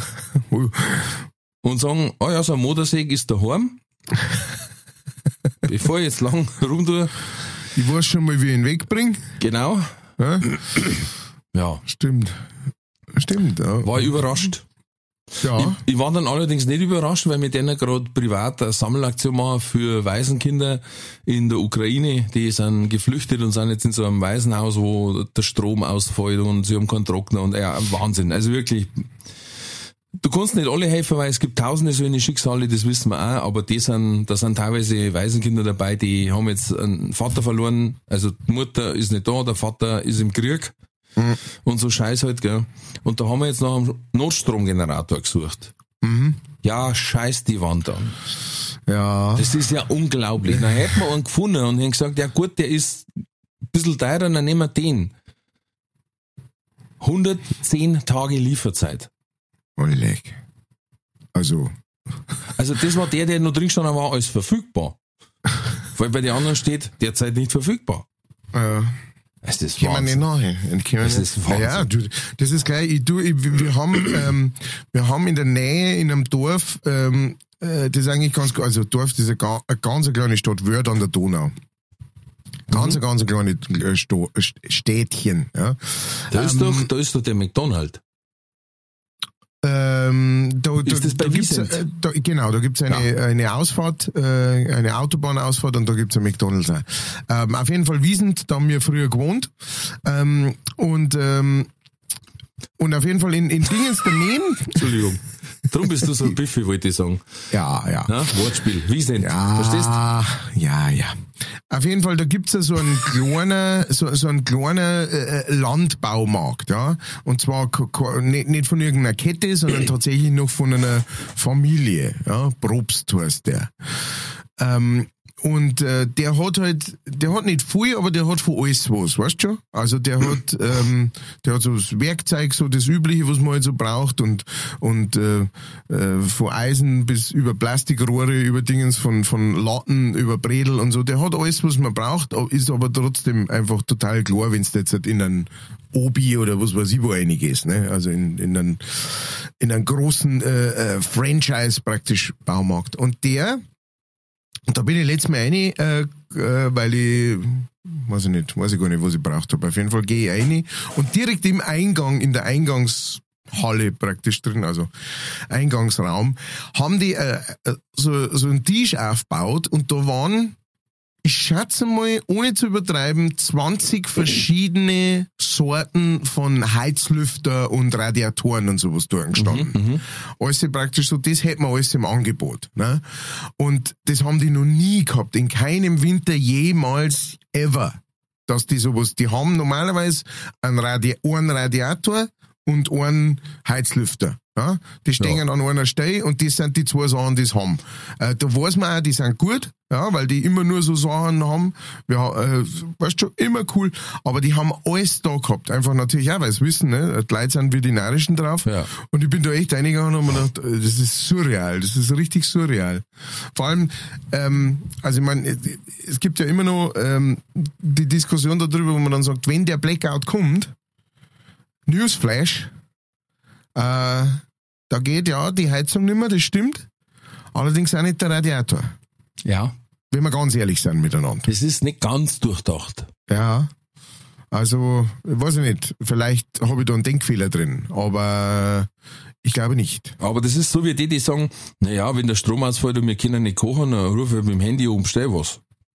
und sagen, oh ja, so ein Motorsäge ist daheim. Bevor ich jetzt lang rumtue. Ich weiß schon mal, wie ich ihn wegbringe. Genau. Ja? Ja. Stimmt, ja. War ich überrascht. Ja. Ich war dann allerdings nicht überrascht, weil mit denen gerade privat eine Sammelaktion machen für Waisenkinder in der Ukraine. Die sind geflüchtet und sind jetzt in so einem Waisenhaus, wo der Strom ausfällt und sie haben keinen Trockner und ja, Wahnsinn. Also wirklich, du kannst nicht alle helfen, weil es gibt tausende solche Schicksale, das wissen wir auch, aber da sind teilweise Waisenkinder dabei, die haben jetzt einen Vater verloren, also die Mutter ist nicht da, der Vater ist im Krieg. Und so Scheiß halt, gell. Und da haben wir jetzt noch einen Notstromgenerator gesucht. Mhm. Ja, scheiß die Wand an. Ja. Das ist ja unglaublich. Dann hätten wir einen gefunden und haben gesagt, ja gut, der ist ein bisschen teurer, dann nehmen wir den. 110 Tage Lieferzeit. Leck. Also das war der noch drin stand, war alles verfügbar. Weil bei den anderen steht, derzeit nicht verfügbar. ja. Es ist Können wir nicht nachher. Das ist Wahnsinn. Ja, du, das ist gleich. Wir haben in der Nähe in einem Dorf, das ist eigentlich ganz, also Dorf, das ist eine ganz kleine Stadt, Wörth an der Donau. Ganz kleine Städtchen. Ja. Da ist doch der McDonald's. Ist das bei Wiesent? Genau, da gibt's eine Ausfahrt, eine Autobahnausfahrt und da gibt's ein McDonald's auch. Auf jeden Fall Wiesent, da haben wir früher gewohnt. Und auf jeden Fall in Dingens daneben. Entschuldigung. Drum bist du so ein Biffi, wollte ich sagen. Ja. Wortspiel. Wiesent. Ja, verstehst du? Ja. Auf jeden Fall, da gibt's ja so einen kleinen Landbaumarkt, ja. Und zwar nicht von irgendeiner Kette, sondern tatsächlich noch von einer Familie, ja. Probst heißt der. Und der hat nicht viel, aber der hat von alles was, weißt du schon? Also der hat so das Werkzeug, so das Übliche, was man halt so braucht und von Eisen bis über Plastikrohre, über Dingens von Latten, über Bredel und so. Der hat alles, was man braucht, ist aber trotzdem einfach total klar, wenn du jetzt halt in einen Obi oder was weiß ich wo reingehst, ne? Also in einen großen Franchise praktisch Baumarkt. Und da bin ich letztes Mal rein, weil ich weiß ich gar nicht, was ich braucht habe. Auf jeden Fall gehe ich rein und direkt im Eingang, in der Eingangshalle praktisch drin, also Eingangsraum, haben die so einen Tisch aufgebaut und da waren, ich schätze mal, ohne zu übertreiben, 20 verschiedene Sorten von Heizlüfter und Radiatoren und sowas da gestanden. Alles praktisch so, das hätten wir alles im Angebot. Ne? Und das haben die noch nie gehabt, in keinem Winter jemals ever, dass die sowas, die haben normalerweise einen Radiator und einen Heizlüfter. Ja? Die stehen an einer Stelle und das sind die zwei Sachen, die sie haben. Da weiß man auch, die sind gut, ja, weil die immer nur so Sachen haben. Weißt du, immer cool. Aber die haben alles da gehabt. Einfach natürlich auch, weil sie wissen, ne, die Leute sind wie die Narischen drauf. Ja. Und ich bin da echt reingegangen und habe mir gedacht, das ist surreal. Das ist richtig surreal. Vor allem, also ich meine, es gibt ja immer noch die Diskussion darüber, wo man dann sagt, wenn der Blackout kommt, Newsflash, da geht ja die Heizung nicht mehr, das stimmt. Allerdings auch nicht der Radiator. Ja. Wenn wir ganz ehrlich sind miteinander. Das ist nicht ganz durchdacht. Ja. Also, weiß ich nicht, vielleicht habe ich da einen Denkfehler drin, aber ich glaube nicht. Aber das ist so wie die sagen, naja, wenn der Strom ausfällt und wir können nicht kochen, dann rufe ich mit dem Handy um, bestell was.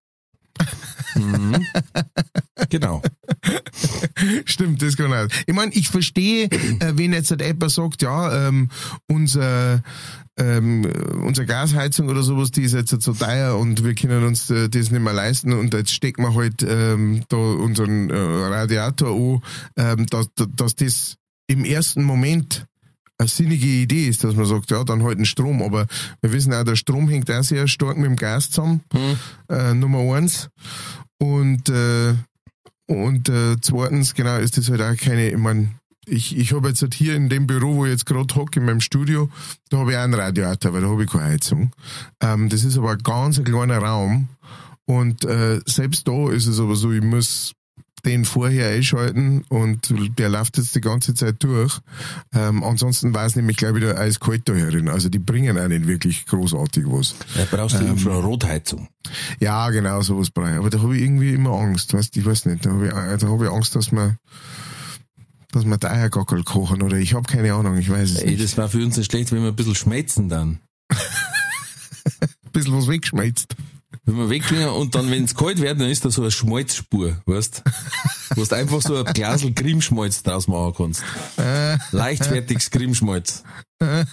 Genau. Stimmt, das kann auch. Ich meine, ich verstehe, wenn jetzt jemand sagt, ja, unsere Gasheizung oder sowas, die ist jetzt so teuer und wir können uns das nicht mehr leisten und jetzt stecken wir halt da unseren Radiator an, dass das im ersten Moment eine sinnige Idee ist, dass man sagt, ja, dann halt den Strom. Aber wir wissen auch, der Strom hängt auch sehr stark mit dem Gas zusammen. Nummer 1. Und zweitens, genau, ist das halt auch keine, ich meine, ich habe jetzt halt hier in dem Büro, wo ich jetzt gerade hocke, in meinem Studio, da habe ich auch einen Radiator, weil da habe ich keine Heizung. Das ist aber ein ganz kleiner Raum. Und selbst da ist es aber so, ich muss den vorher einschalten und der läuft jetzt die ganze Zeit durch. Ansonsten war es nämlich gleich wieder eiskalt da herin. Also die bringen auch nicht wirklich großartig was. Da brauchst du Infrarotheizung. Ja, genau, sowas brauche ich. Aber da habe ich irgendwie immer Angst, weißt, ich weiß nicht. Da habe ich Angst, dass wir die Eiergackel kochen oder ich habe keine Ahnung, ich weiß es nicht. Das war für uns nicht schlecht, wenn wir ein bisschen schmelzen dann. Ein bisschen was wegschmelzt. Wenn wir weggehen und dann, wenn es kalt wird, dann ist da so eine Schmalzspur, weißt? Wo du einfach so ein Glasl Cremschmalz draus machen kannst. Leichtfertiges Cremschmalz. Das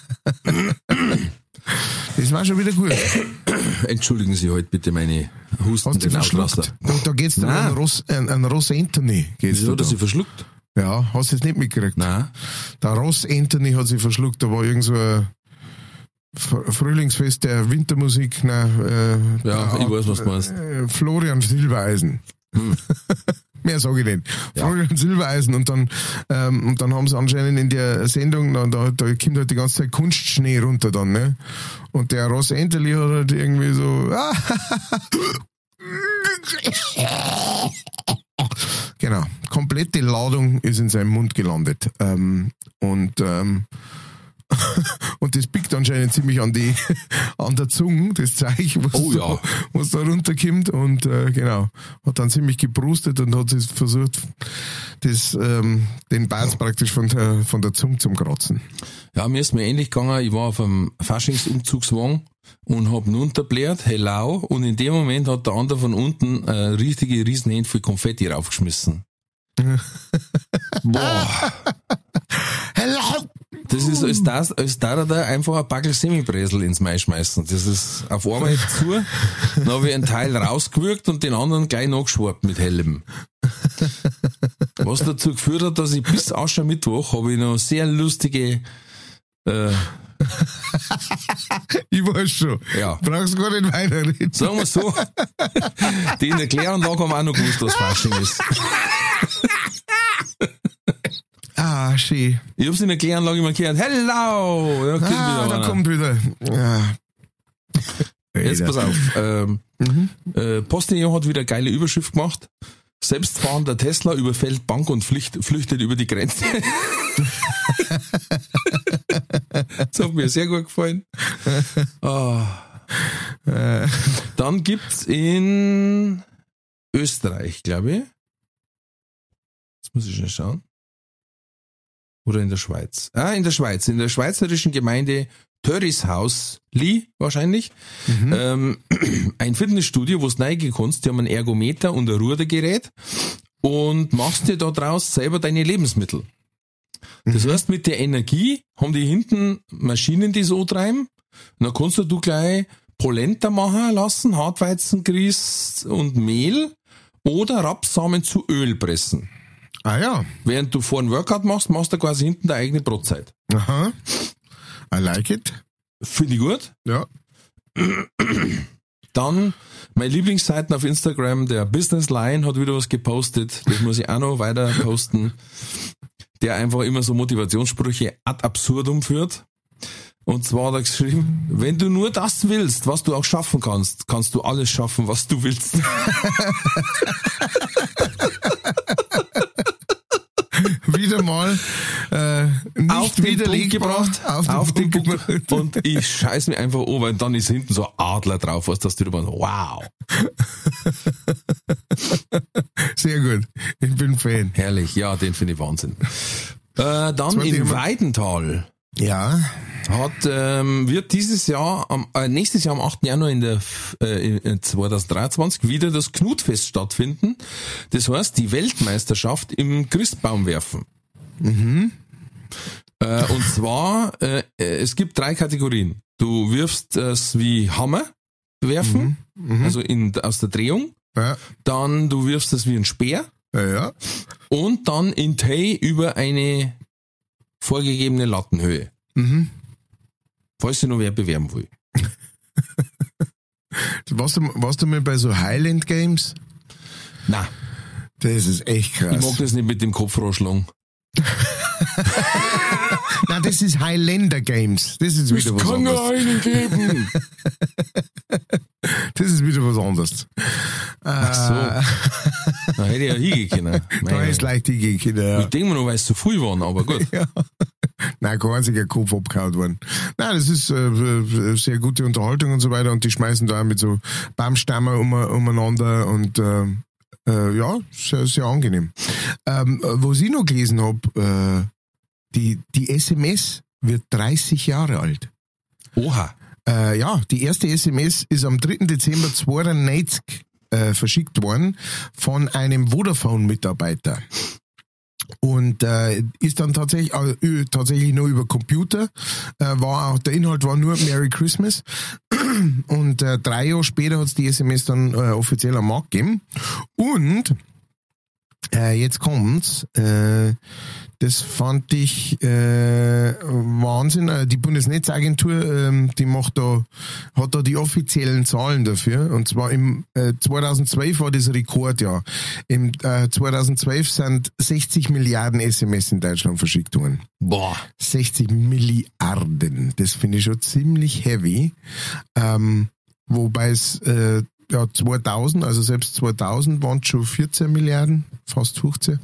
war schon wieder gut. Entschuldigen Sie heute bitte meine Husten. Hast du verschluckt? Da geht's da an Ross Anthony. Wieso, dass sie verschluckt? Ja, hast du es nicht mitgekriegt? Nein. Der Ross Anthony hat sich verschluckt, da war irgend so ein Frühlingsfest der Wintermusik, ich weiß, was du meinst. Florian Silbereisen. Mehr sage ich nicht. Ja. Florian Silbereisen und dann haben sie anscheinend in der Sendung, da kommt halt die ganze Zeit Kunstschnee runter dann, ne? Und der Ross Anthony hat halt irgendwie so genau, komplette Ladung ist in seinem Mund gelandet. Und das pickt anscheinend ziemlich an der Zunge, das Zeug, was da runterkommt. Und genau, hat dann ziemlich geprustet und hat es versucht, den Bart praktisch von der Zunge zum Kratzen. Ja, mir ist mir ähnlich gegangen. Ich war auf einem Faschingsumzugswagen und hab runterbläht, hello, und in dem Moment hat der andere von unten eine richtige Riesenhand voll Konfetti raufgeschmissen. Boah. Hello! Das ist als da einfach ein Backel Semibresel ins Mai schmeißen. Das ist auf einmal zu, dann habe ich einen Teil rausgewürgt und den anderen gleich nachgeschwarbt mit hellem. Was dazu geführt hat, dass ich bis Aschermittwoch habe ich noch sehr lustige ich weiß schon. Ja. Brauchst gar nicht weiterreden. Sagen wir so, die in der Kläranlage haben auch noch gewusst, was Fasching ist. Ah, schön. Ich hab's in der Kläranlage immer gehört. Hello! Da kommt wieder. Ja. Jetzt pass auf. Postillon hat wieder eine geile Überschrift gemacht. Selbstfahrender Tesla überfällt Bank und flüchtet über die Grenze. Das hat mir sehr gut gefallen. Dann gibt's in Österreich, glaube ich. Jetzt muss ich schnell schauen. Oder in der Schweiz? In der Schweiz. In der schweizerischen Gemeinde Törishaus-Li wahrscheinlich. Ein Fitnessstudio, wo es reingehen kannst. Die haben einen Ergometer und ein Rudergerät und machst dir da draus selber deine Lebensmittel. Das heißt, mit der Energie haben die hinten Maschinen, die so treiben. Und dann kannst du gleich Polenta machen lassen, Hartweizengrieß und Mehl oder Rapssamen zu Öl pressen. Ah ja. Während du vor einem Workout machst du quasi hinten deine eigene Brotzeit. Aha. I like it. Finde ich gut. Ja. Dann meine Lieblingsseiten auf Instagram, der Business Line hat wieder was gepostet. Das muss ich auch noch weiter posten. Der einfach immer so Motivationssprüche ad absurdum führt. Und zwar hat er geschrieben, wenn du nur das willst, was du auch schaffen kannst, kannst du alles schaffen, was du willst. Wieder mal nicht auf den Punkt gebracht. Auf den Punkt gebracht. Und ich scheiß mir einfach an, weil dann ist hinten so ein Adler drauf, was das drüber. Wow. Sehr gut. Ich bin Fan. Herrlich. Ja, den finde ich Wahnsinn. Dann in Weidenthal. Ja. Wird nächstes Jahr am 8. Januar in 2023 wieder das Knutfest stattfinden. Das heißt, die Weltmeisterschaft im Christbaumwerfen. Und zwar, es gibt 3 Kategorien. Du wirfst es wie Hammer werfen, also aus der Drehung. Ja. Dann du wirfst es wie ein Speer. Ja. Und dann in Tay über eine vorgegebene Lattenhöhe. Falls sich noch wer bewerben will. Warst du mal bei so Highland Games? Nein, Das ist echt krass. ich mag das nicht mit dem Kopf rausschlagen. Nein, das ist Highlander Games. Das ist wieder was anderes. einen geben. Das ist wieder was anderes. Ach so. Da hätte ich ja hingehen können. Da ist leicht hingehen können, ja. Ich denke mir noch, weil es zu viel waren, aber gut. Ja. Nein, kein einziger Kopf abgehauen worden. Nein, das ist sehr gute Unterhaltung und so weiter und die schmeißen da auch mit so Baumstämmen umeinander und ja, sehr, sehr angenehm. Was ich noch gelesen habe, die SMS wird 30 Jahre alt. Oha. Ja, die erste SMS ist am 3. Dezember 92 verschickt worden von einem Vodafone-Mitarbeiter. Und ist dann tatsächlich nur über Computer, der Inhalt war nur Merry Christmas und 3 Jahre später hat es die SMS dann offiziell am Markt gegeben und jetzt kommt's, das fand ich Wahnsinn. Die Bundesnetzagentur, die hat da die offiziellen Zahlen dafür. Und zwar im 2012 war das Rekordjahr. Im 2012 sind 60 Milliarden SMS in Deutschland verschickt worden. Boah. 60 Milliarden. Das finde ich schon ziemlich heavy. Wobei es 2000, also selbst 2000 waren es schon 14 Milliarden, fast 15.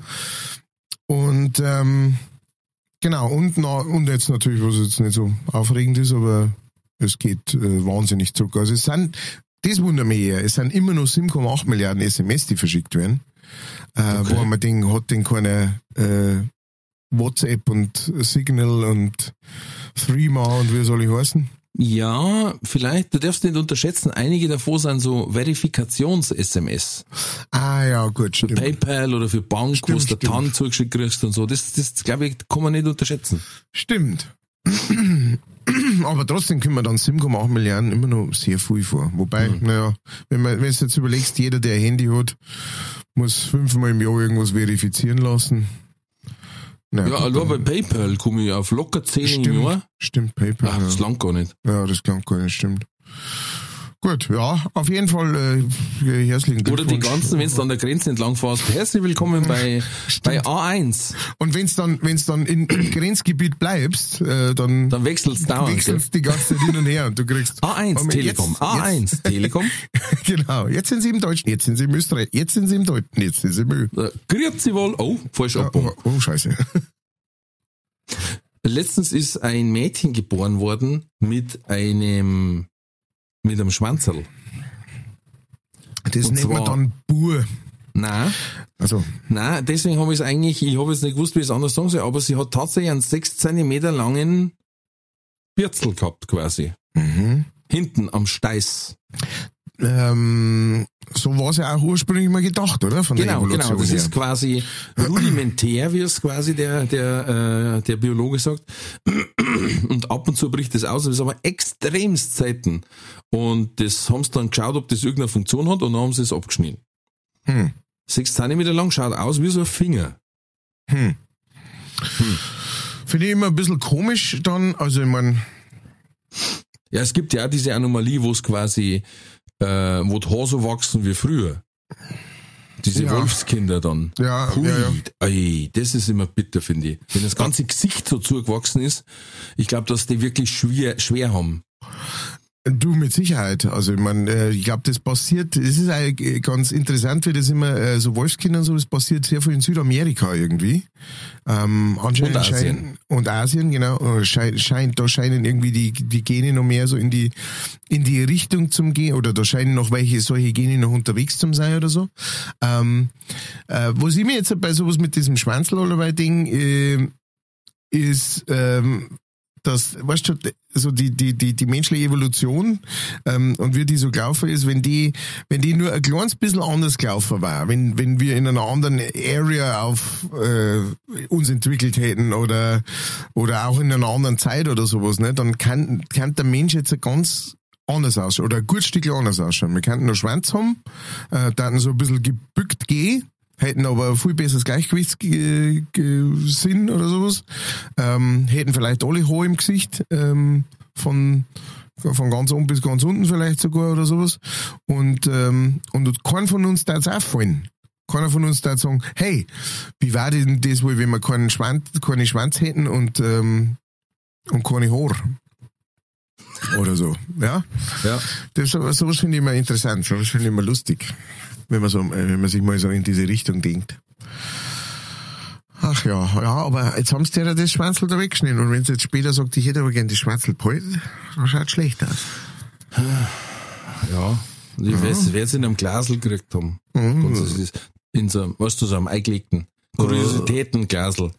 Und genau, und jetzt natürlich, was jetzt nicht so aufregend ist, aber es geht wahnsinnig zurück. Also das wundert mich eher, es sind immer noch 7,8 Milliarden SMS, die verschickt werden. Okay. Wo man denkt, hat denn keine WhatsApp und Signal und Threema und wie soll ich heißen? Ja, vielleicht, du darfst nicht unterschätzen, einige davon sind so Verifikations-SMS. Ah ja, gut, für stimmt. PayPal oder für Bank, wo du der TAN zugeschickt kriegst und so. Das glaube ich, kann man nicht unterschätzen. Stimmt. Aber trotzdem können wir dann 7,8 Milliarden immer noch sehr viel vor. Wobei, naja, wenn du jetzt überlegst, jeder, der ein Handy hat, muss 5-mal im Jahr irgendwas verifizieren lassen. Ja, allein bei PayPal komme ich auf locker 10 im Jahr. Stimmt, PayPal. Ach, das langt gar nicht. Ja, das langt gar nicht, stimmt. Gut, ja, auf jeden Fall herzlichen Glückwunsch. Oder die ganzen, wenn du an der Grenze entlang fährst, herzlich willkommen bei A1. Und wenn's dann im Grenzgebiet bleibst, dann wechselst du dauernd. Wechselst die ganze Zeit hin und her und du kriegst A1 Telekom, A1 Telekom. Genau, jetzt sind sie im Deutschen, jetzt sind sie im Österreich, jetzt sind sie im Deutschen, jetzt sind sie im Ö. Grüezi wohl. Oh, falsch abgebogen. Oh, scheiße. Letztens ist ein Mädchen geboren worden mit einem Schwanzerl. Das und nennt man dann Bur. Nein. Also. Nein, deswegen habe ich habe jetzt nicht gewusst, wie ich es anders sagen soll, aber sie hat tatsächlich einen 6 cm langen Bürzel gehabt, quasi. Mhm. Hinten am Steiß. So war es ja auch ursprünglich mal gedacht, oder? Von der Evolution genau. Das her. ist quasi rudimentär, wie es quasi der Biologe sagt. Und ab und zu bricht das aus, das ist aber extremst selten. Und das haben sie dann geschaut, ob das irgendeine Funktion hat, und dann haben sie es abgeschnitten. 6 cm lang, schaut aus wie so ein Finger. Finde ich immer ein bisschen komisch dann, also ich meine. Ja, es gibt ja auch diese Anomalie, wo es quasi, wo die Haare so wachsen wie früher. Diese Wolfskinder dann. Ja, Hui, ja. Ey, das ist immer bitter, finde ich. Wenn das ganze Gesicht so zugewachsen ist, ich glaube, dass die wirklich schwer haben. Du, mit Sicherheit. Also ich meine, ich glaube, das passiert, das ist eigentlich ganz interessant, wie das immer, so Wolfskinder und so, das passiert sehr viel in Südamerika irgendwie. Anscheinend und Asien. Und Asien, genau. Da scheinen irgendwie die Gene noch mehr so in die Richtung zum gehen, oder da scheinen noch solche Gene noch unterwegs zum sein oder so. Was ich mir jetzt bei sowas mit diesem Schwanzl-Ding ist, dass, weißt du, so die menschliche Evolution und wie die so gelaufen ist, wenn die nur ein kleines bisschen anders gelaufen war, wenn wir in einer anderen Area uns entwickelt hätten oder auch in einer anderen Zeit oder sowas, ne, dann kann der Mensch jetzt ganz anders ausschauen oder ein gutes Stück anders ausschauen. Wir könnten noch Schwanz haben, dann so ein bisschen gebückt gehen, hätten aber ein viel besseres Gleichgewichtssinn oder sowas, hätten vielleicht alle Haare im Gesicht, von ganz oben bis ganz unten vielleicht sogar oder sowas. Und keiner von uns darf es auffallen. Keiner von uns darf sagen, hey, wie war denn das wohl, wenn wir keine Schwanz hätten und keine Haare? Oder so, ja? Ja. Sowas finde ich immer interessant, sowas finde ich immer lustig, wenn man sich mal so in diese Richtung denkt. Ach ja, aber jetzt haben sie ja das Schwanzel da weggeschnitten und wenn sie jetzt später sagt, ich hätte aber gerne das Schwanzel behalten, dann schaut es schlecht aus. Ja, ich weiß, wer es in einem Glasl gekriegt haben. In so einem eingelegten Kuriositätenglasl.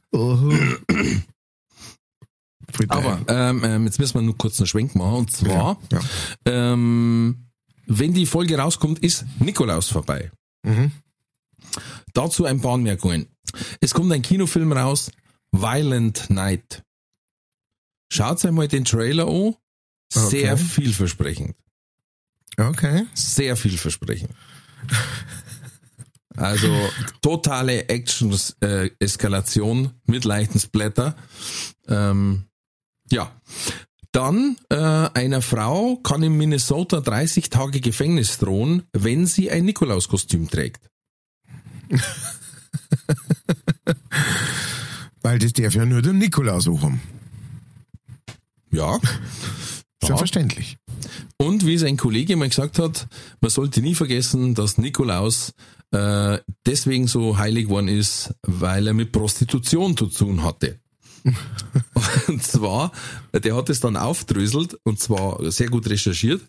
Aber jetzt müssen wir nur kurz einen Schwenk machen. Und zwar, wenn die Folge rauskommt, ist Nikolaus vorbei. Mhm. Dazu ein paar Anmerkungen. Es kommt ein Kinofilm raus, Violent Night. Schaut euch mal den Trailer an. Sehr vielversprechend. Okay. Sehr vielversprechend. Also totale Action-Eskalation mit leichten Splatter. Ja. Dann einer Frau kann in Minnesota 30 Tage Gefängnis drohen, wenn sie ein Nikolauskostüm trägt. Weil das darf ja nur der Nikolaus auch haben. Ja. Ist ja verständlich. Und wie sein Kollege mal gesagt hat, man sollte nie vergessen, dass Nikolaus deswegen so heilig geworden ist, weil er mit Prostitution zu tun hatte. Und zwar, der hat es dann aufdröselt und zwar sehr gut recherchiert.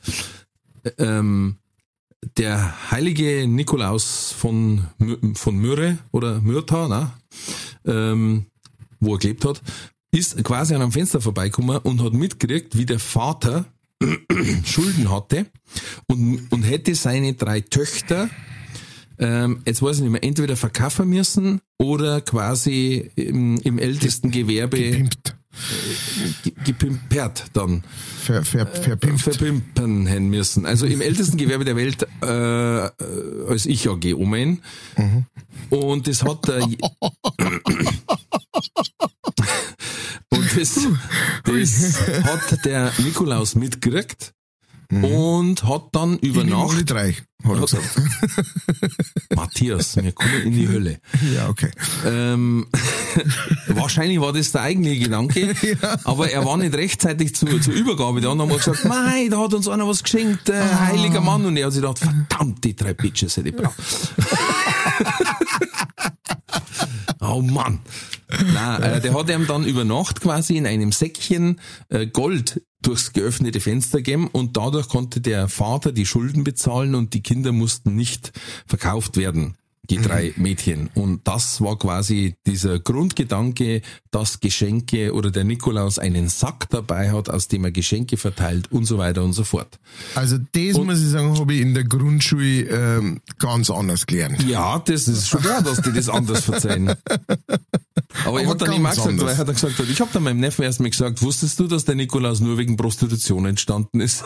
Der heilige Nikolaus von Myrrhe oder Myrtha, wo er gelebt hat, ist quasi an einem Fenster vorbeigekommen und hat mitgekriegt, wie der Vater Schulden hatte und hätte seine 3 Töchter, jetzt weiß ich nicht mehr, entweder verkaufen müssen oder quasi im ältesten Gewerbe gepimpert dann. Verpimpen müssen. Also im ältesten Gewerbe der Welt als Ich AG umhin. Mhm. Und das hat das hat der Nikolaus mitgekriegt. Und hat dann über Nacht... Die 3, hat er gesagt. Matthias, wir kommen in die Hölle. Ja, okay. Wahrscheinlich war das der eigentliche Gedanke, aber er war nicht rechtzeitig zur Übergabe. Die anderen haben gesagt, mei, da hat uns einer was geschenkt, heiliger Mann. Und er hat sich gedacht, verdammt, die 3 Bitches hätte ich braucht. Oh Mann. Nein, der hat ihm dann über Nacht quasi in einem Säckchen Gold durchs geöffnete Fenster gegeben und dadurch konnte der Vater die Schulden bezahlen und die Kinder mussten nicht verkauft werden, die 3 Mädchen. Und das war quasi dieser Grundgedanke, dass Geschenke oder der Nikolaus einen Sack dabei hat, aus dem er Geschenke verteilt und so weiter und so fort. Also das muss ich sagen, habe ich in der Grundschule ganz anders gelernt. Ja, das ist schon klar, dass die das anders verzeihen. Aber ich habe dann immer gesagt, weil er hat dann gesagt, ich habe dann meinem Neffen erst mal gesagt, wusstest du, dass der Nikolaus nur wegen Prostitution entstanden ist?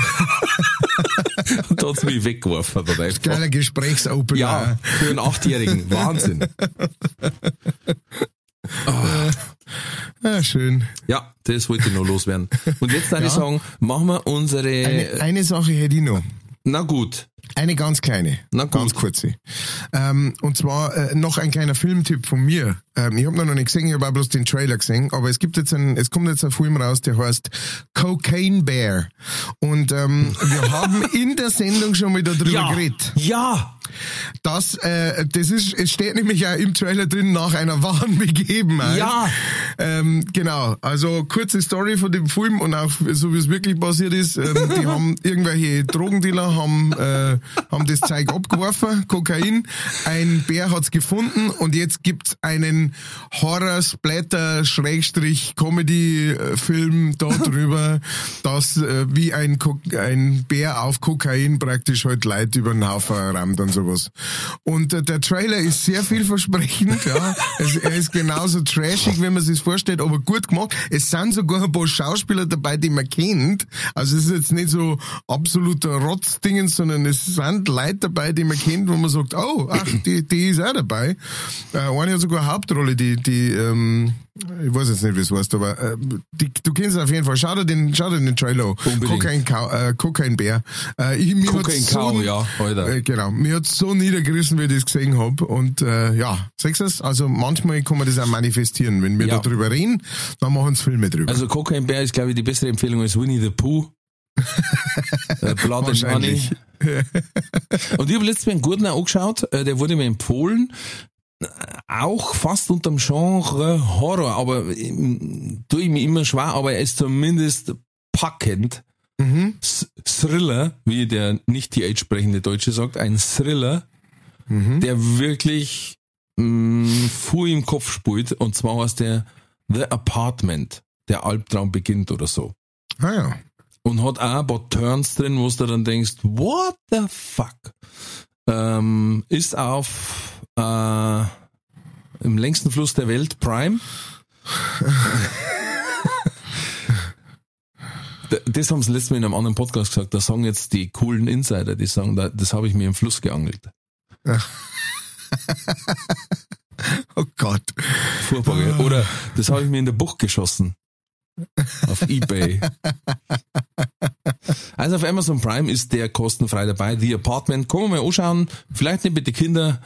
Und da hat es mich weggeworfen. Geiler Gesprächsopener. Ja, für einen 8-Jährigen. Wahnsinn. Ja, schön. Ja, das wollte ich noch loswerden. Und jetzt würde ich sagen, machen wir unsere... Eine Sache hätte ich noch. Na gut. Eine ganz kleine, ganz kurze. Und zwar noch ein kleiner Filmtipp von mir. Ich habe noch nicht gesehen, ich habe auch bloß den Trailer gesehen, aber es kommt jetzt ein Film raus, der heißt Cocaine Bear. Und wir haben in der Sendung schon mal darüber geredet. Ja! Es steht nämlich auch im Trailer drin, nach einer wahren Begebenheit. Ja! Genau, also kurze Story von dem Film und auch so wie es wirklich passiert ist. Die haben irgendwelche Drogendealer haben das Zeug abgeworfen, Kokain. Ein Bär hat's gefunden und jetzt gibt's einen Horror-Splatter-Comedy-Film darüber, dass wie ein Bär auf Kokain praktisch halt Leute über den Haufen rammt und so sowas. Und der Trailer ist sehr vielversprechend, ja. Er ist genauso trashig, wie man sich vorstellt, aber gut gemacht. Es sind sogar ein paar Schauspieler dabei, die man kennt. Also es ist jetzt nicht so absoluter Rotzdingens, sondern es sind Leute dabei, die man kennt, wo man sagt, oh, ach, die ist auch dabei. Eine hat sogar eine Hauptrolle, die ich weiß jetzt nicht, wie es heißt, aber du kennst es auf jeden Fall. Schau dir den Trailer an. Cocaine Bear. Cocaine Cow, ja, Alter. Genau. Mir hat's so niedergerissen, wie ich das gesehen hab. Und sagst du es? Also manchmal kann man das auch manifestieren. Wenn wir darüber reden, dann machen uns Filme drüber. Also Cocaine Bear ist, glaube ich, die bessere Empfehlung als Winnie the Pooh. Blood and Honey. Und ich habe letztens einen guten auch angeschaut, der wurde mir empfohlen. Auch fast unterm Genre Horror, aber tue ich mir immer schwer, aber er ist zumindest packend. Thriller, wie der nicht TH sprechende Deutsche sagt, ein Thriller, der wirklich viel im Kopf spielt, und zwar heißt der The Apartment, der Albtraum beginnt oder so. Ah ja. Und hat auch ein paar Turns drin, wo du dann denkst, what the fuck? Ist auf im längsten Fluss der Welt, Prime. Das haben sie letztes Mal in einem anderen Podcast gesagt, da sagen jetzt die coolen Insider, die sagen, das habe ich mir im Fluss geangelt. Oh Gott. Furchtbar, gell? Oder das habe ich mir in der Bucht geschossen. Auf eBay. Also auf Amazon Prime ist der kostenfrei dabei. The Apartment, können wir mal anschauen. Vielleicht nicht mit den Kindern.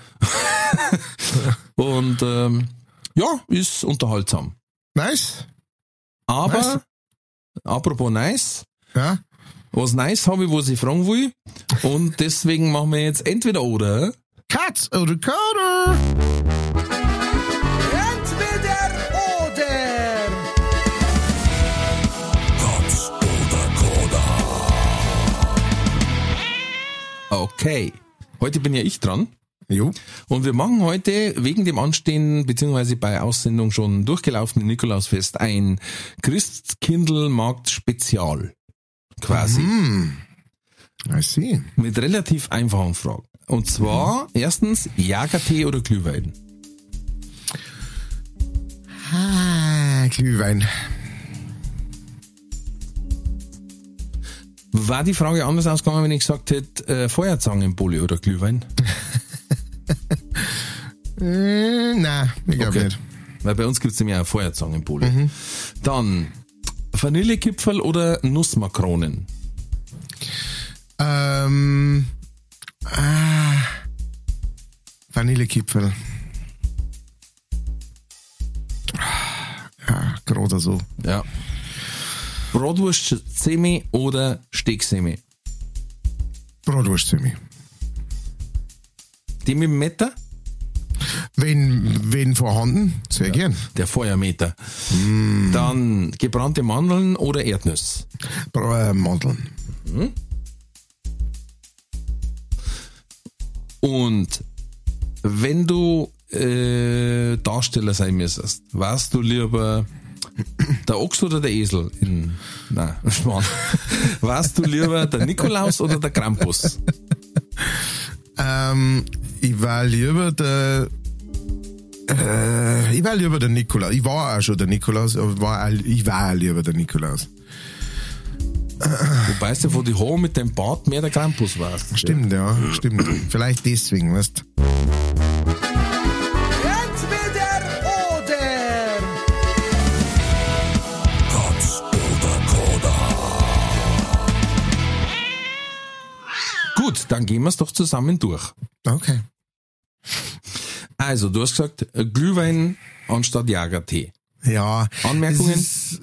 Und ist unterhaltsam. Nice. Aber, apropos nice, ja? Was nice habe ich, was ich fragen will. Und deswegen machen wir jetzt entweder oder. Katz oder Kater. Okay, heute bin ja ich dran. Jo. Und wir machen heute wegen dem anstehenden, beziehungsweise bei Aussendung schon durchgelaufenen Nikolausfest ein Christkindlmarkt-Spezial. Quasi. I see. Mit relativ einfachen Fragen. Und zwar, erstens, Jagertee oder Glühwein? Glühwein. War die Frage anders ausgegangen, wenn ich gesagt hätte, Feuerzangenbowle oder Glühwein? Nein, ich glaube nicht. Weil bei uns gibt es nämlich auch Feuerzangenbowle. Dann Vanillekipferl oder Nussmakronen? Vanillekipferl. Ja, gerade so. Ja. Bratwurst-Semi oder Steaksemi? Bratwurst-Semi. Die mit dem Meter? Wenn vorhanden, sehr gern. Der Feuermeter. Dann gebrannte Mandeln oder Erdnüsse? Mandeln. Und wenn du Darsteller sein müsstest, warst du lieber der Ochs oder der Esel? Schmarrn. Warst du lieber der Nikolaus oder der Krampus? Ich war lieber der Nikolaus. Ich war auch schon der Nikolaus, aber ich war lieber der Nikolaus. Wobei du von die Haare mit dem Bart mehr der Krampus warst. Stimmt, ja, stimmt. Vielleicht deswegen, weißt du. Gut, dann gehen wir es doch zusammen durch. Okay. Also, du hast gesagt, Glühwein anstatt Jagertee. Ja. Anmerkungen?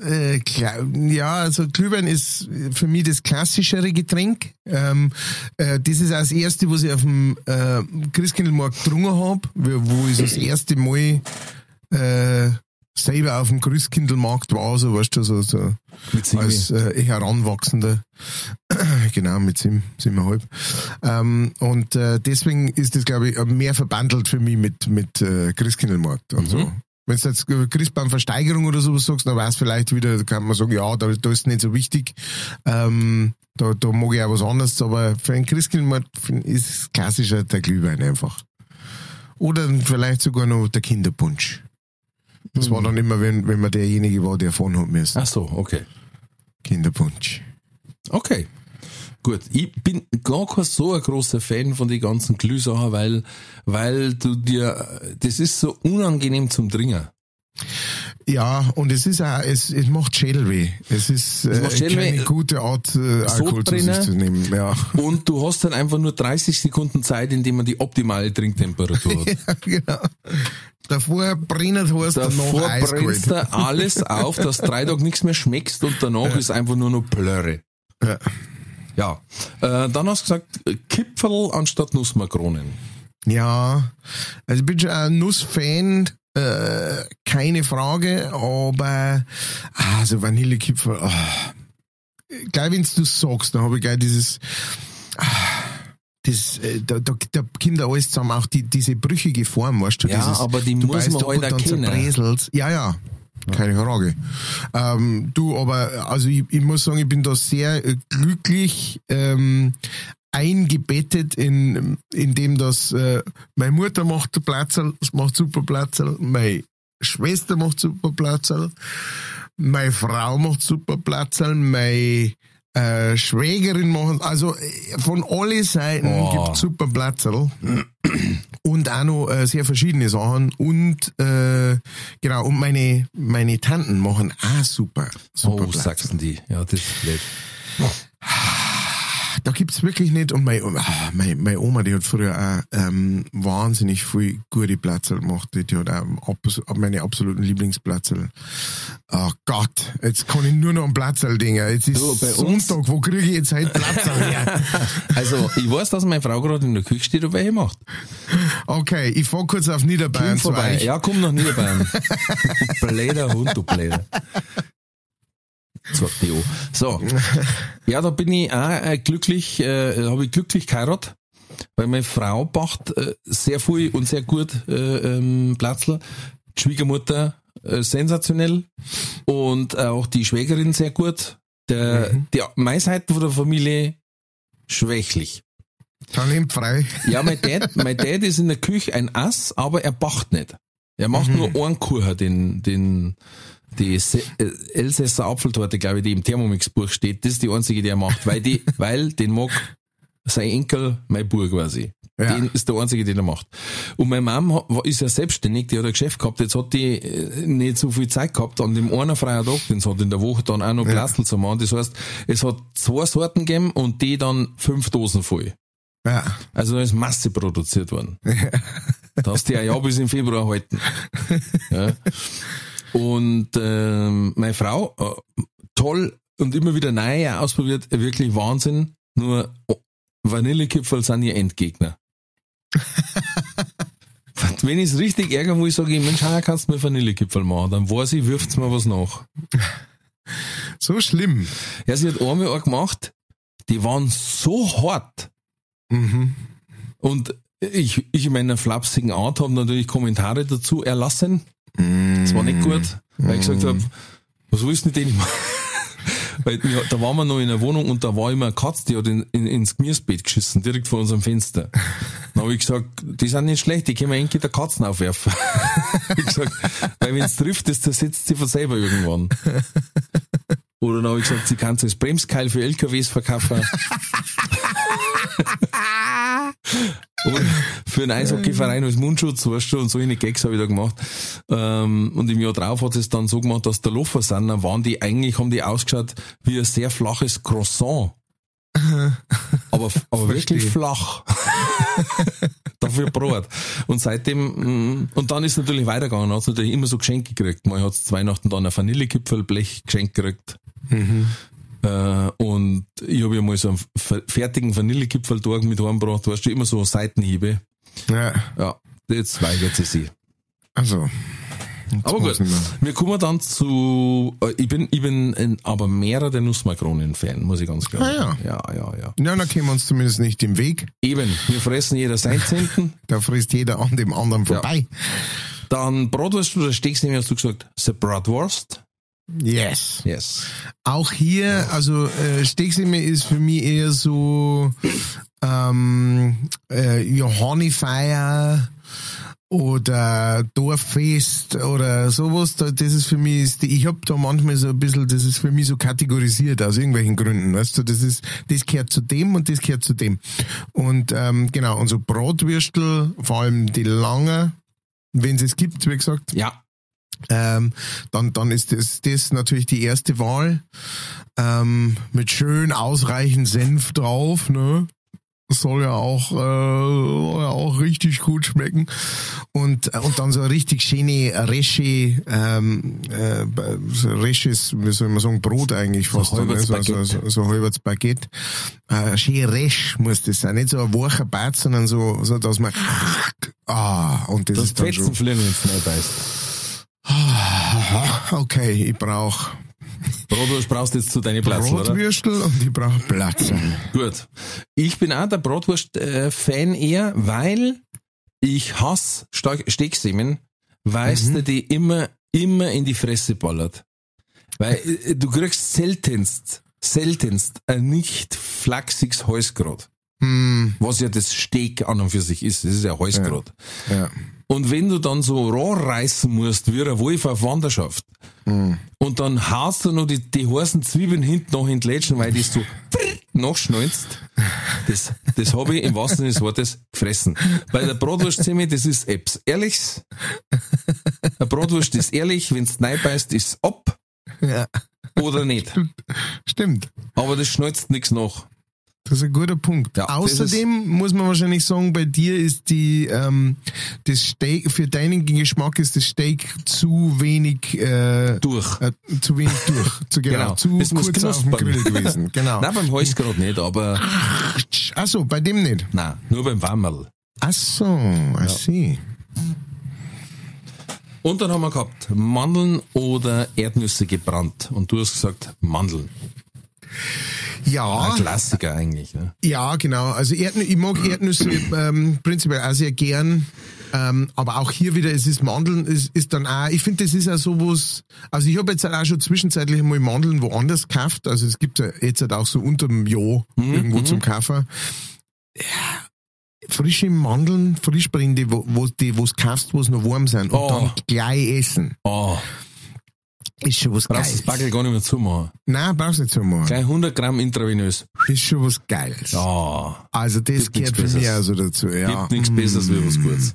Also Glühwein ist für mich das klassischere Getränk. Das ist auch das erste, was ich auf dem Christkindlmarkt getrunken habe, wo ich das erste Mal selber auf dem Christkindlmarkt war, so weißt du, so als Heranwachsender. Genau, mit 7,5. Und deswegen ist das, glaube ich, mehr verbandelt für mich mit Christkindlmarkt und so. Wenn du jetzt Christbaumversteigerung oder sowas sagst, dann weiß vielleicht wieder, da kann man sagen, ja, da ist nicht so wichtig. Da mag ich auch was anderes, aber für einen Christkindlmarkt ist klassischer der Glühwein einfach. Oder vielleicht sogar noch der Kinderpunsch. Das war dann immer, wenn man derjenige war, der fahren hat müssen. Ach so, okay. Kinderpunsch. Okay. Gut, ich bin gar kein so ein großer Fan von den ganzen Glühsachen, weil das ist so unangenehm zum Trinken. Ja, und es ist auch, es macht Schädelweh. Es ist keine gute Art, Alkohol zu sich zu nehmen. Ja. Und du hast dann einfach nur 30 Sekunden Zeit, indem man die optimale Trinktemperatur hat. Ja, genau. Davor brennt hast, davor danach brennst du alles auf, dass 3 Tage nichts mehr schmeckst und danach ist einfach nur noch Plörre. Ja. Ja. Dann hast du gesagt, Kipferl anstatt Nussmakronen. Ja, also ich bin schon ein Nussfan, keine Frage, aber so Vanillekipferl, gleich wenn du sagst, dann habe ich gleich dieses, da kommt da alles zusammen, auch diese brüchige Form, weißt du? Ja, dieses, aber die muss man halt erkennen. Ja. Keine Frage. Aber also ich muss sagen, ich bin da sehr glücklich eingebettet in dem, dass meine Mutter macht Platzerl, das macht super Platzerl, meine Schwester macht super Platzerl, meine Frau macht super Platzerl, meine Schwägerin macht, also von alle Seiten gibt super Platzerl und auch noch sehr verschiedene Sachen und genau, und meine Tanten machen auch super Platzerl. Sagst du die? Ja, das ist blöd. Da gibt's wirklich nicht, und meine Oma, die hat früher auch wahnsinnig viel gute Platzerl gemacht, die hat auch meine absoluten Lieblingsplatzerl. Oh Gott, jetzt kann ich nur noch an Platzerl denken. Jetzt ist Sonntag, wo kriege ich jetzt halt Platzerl her? Also, ich weiß, dass meine Frau gerade in der Küche steht und welche macht. Okay, ich fahr kurz auf Niederbayern zu euch. Ja, komm nach Niederbayern. Du bläder Hund, du bläder. Sagt die auch. So. Ja, da bin ich auch glücklich, habe ich glücklich geheiratet, weil meine Frau backt sehr viel und sehr gut Platzl. Die Schwiegermutter sensationell und auch die Schwägerin sehr gut. Die Seiten von der Familie schwächlich. Talentfrei. Ja, mein Dad ist in der Küche ein Ass, aber er backt nicht. Er macht nur einen Kuchen, die Elsässer Apfeltorte, glaube ich, die im Thermomix-Buch steht, das ist die einzige, die er macht, weil den mag sein Enkel, mein Bub quasi. Ja. Den ist der einzige, den er macht. Und meine Mom ist ja selbstständig, die hat ein Geschäft gehabt, jetzt hat die nicht so viel Zeit gehabt, an dem einen freien Tag, den es hat in der Woche dann auch noch Glasl zu machen. Das heißt, es hat 2 Sorten gegeben und die dann 5 Dosen voll. Ja. Also da ist Masse produziert worden. Ja. Da hast du ja bis im Februar halten. Ja. Und meine Frau, toll und immer wieder neu ausprobiert, wirklich Wahnsinn. Nur Vanillekipferl sind ihr Endgegner. Wenn ich es richtig ärgern will, sage ich, Mensch, kannst du mir Vanillekipferl machen? Dann weiß ich, wirft's mir was nach. So schlimm. Ja, sie hat einmal auch gemacht, die waren so hart. Mhm. Und ich in meiner flapsigen Art habe natürlich Kommentare dazu erlassen. Das war nicht gut, weil ich gesagt habe, was willst du mit denen machen? Weil da waren wir noch in einer Wohnung und da war immer eine Katze, die hat ins Gemüsebeet geschissen, direkt vor unserem Fenster. Dann habe ich gesagt, die sind nicht schlecht, die können wir eigentlich der Katzen aufwerfen. Ich gesagt, weil wenn es trifft, das zersetzt sie von selber irgendwann. Oder dann habe ich gesagt, sie kann es als Bremskeil für LKWs verkaufen. Und für einen Eishockeyverein als Mundschutz, weißt du, und solche Gags habe ich da gemacht. Und im Jahr drauf hat es dann so gemacht, dass der Lofersander haben die ausgeschaut wie ein sehr flaches Croissant. Aber wirklich flach. Dafür Brot. Und seitdem, und dann ist es natürlich weitergegangen, hat es natürlich immer so Geschenke gekriegt. Mal hat es zu Weihnachten dann ein Vanillekipferlblech geschenkt gekriegt. Mhm. Und ich habe ja mal so einen fertigen Vanillekipferl-Tag mit heimgebracht, weißt du, immer so Seitenhiebe. Ja, jetzt weigert sie sich. Also. Aber gut, wir kommen dann zu, ich bin aber mehrer der Nussmakronen-Fan, muss ich ganz klar sagen. Ja. Ja, dann kämen wir uns zumindest nicht im Weg. Eben, wir fressen jeder seinen Zehnten. Da frisst jeder an dem anderen vorbei. Dann Bratwurst oder Steaksemmel, hast du gesagt, the Bratwurst. Yes. Yes. Auch hier, also Steaksemmel ist für mich eher so Johannifeier oder Dorffest oder sowas. Das ist für mich, ich hab da manchmal so ein bisschen, das ist für mich so kategorisiert aus irgendwelchen Gründen, weißt du, das gehört zu dem und das gehört zu dem. Und genau, und so Bratwürstel, vor allem die lange, wenn es gibt, wie gesagt. Ja. Dann ist das natürlich die erste Wahl, mit schön ausreichend Senf drauf, ne? Soll ja auch richtig gut schmecken. Und dann so eine richtig schöne Resche, Resches, wie soll man sagen, Brot eigentlich fast. So halbes Baguette. So halbes Baguette. Schön Resch muss das sein. Nicht so ein weicher Bart, sondern so, dass man, und das ist dann schon. Das Fetzen fliegen, wenn es nicht beißt. Okay, ich brauche Bratwurst brauchst du jetzt zu deinen Platz, oder? Bratwürstel und ich brauche Platz. Gut. Ich bin auch der Bratwurst-Fan eher, weil ich hasse Steaksemmeln, weil es dir die immer in die Fresse ballert. Weil du kriegst seltenst ein nicht flachsiges Halsgrad. Was ja das Steak an und für sich ist. Das ist ja Halsgrad. Ja. Und wenn du dann so ranreißen musst, wie ein Wolf auf Wanderschaft, und dann haust du noch die heißen Zwiebeln hinten noch in die Lätschen, weil die so nachschnalzt, das habe ich im wahrsten Sinne des Wortes gefressen. Bei der Bratwurstsemmel, das ist etwas Ehrliches. Eine Bratwurst ist ehrlich, wenn es reinbeißt, ist es ab. Ja. Oder nicht. Stimmt. Aber das schnalzt nichts nach. Das ist ein guter Punkt. Ja, außerdem muss man wahrscheinlich sagen, bei dir ist das Steak, für deinen Geschmack ist das Steak zu wenig Durch. Genau. Zu Es muss kurz auf dem knuspern. Grill gewesen. Genau. Nein, beim Halsgrad nicht, aber Ach so, bei dem nicht. nein, nur beim Wammerl. Ach so, I see. Und dann haben wir gehabt Mandeln oder Erdnüsse gebrannt. Und du hast gesagt Mandeln. Ja. Ein Klassiker eigentlich. Ne? Ja, genau. Also ich mag Erdnüsse prinzipiell auch sehr gern. Aber auch hier wieder, es ist Mandeln, ist dann auch, ich finde, das ist auch sowas, also ich habe jetzt halt auch schon zwischenzeitlich mal Mandeln woanders gekauft. Also es gibt ja jetzt halt auch so unterm Jahr irgendwo zum Kaufen. Ja, frische Mandeln, Frischbrände, wo du kaufst, wo es noch warm sind und dann gleich essen. Oh. Ist schon was Brauchst das Geiles. Backel gar nicht mehr zumachen. Nein, brauchst du nicht so machen. Gleich 100 Gramm intravenös. Ist schon was Geiles. Ja. Also das Gibt gehört nichts für mich Besseres. also dazu. Ja. Gibt nichts Besseres wie was Gutes.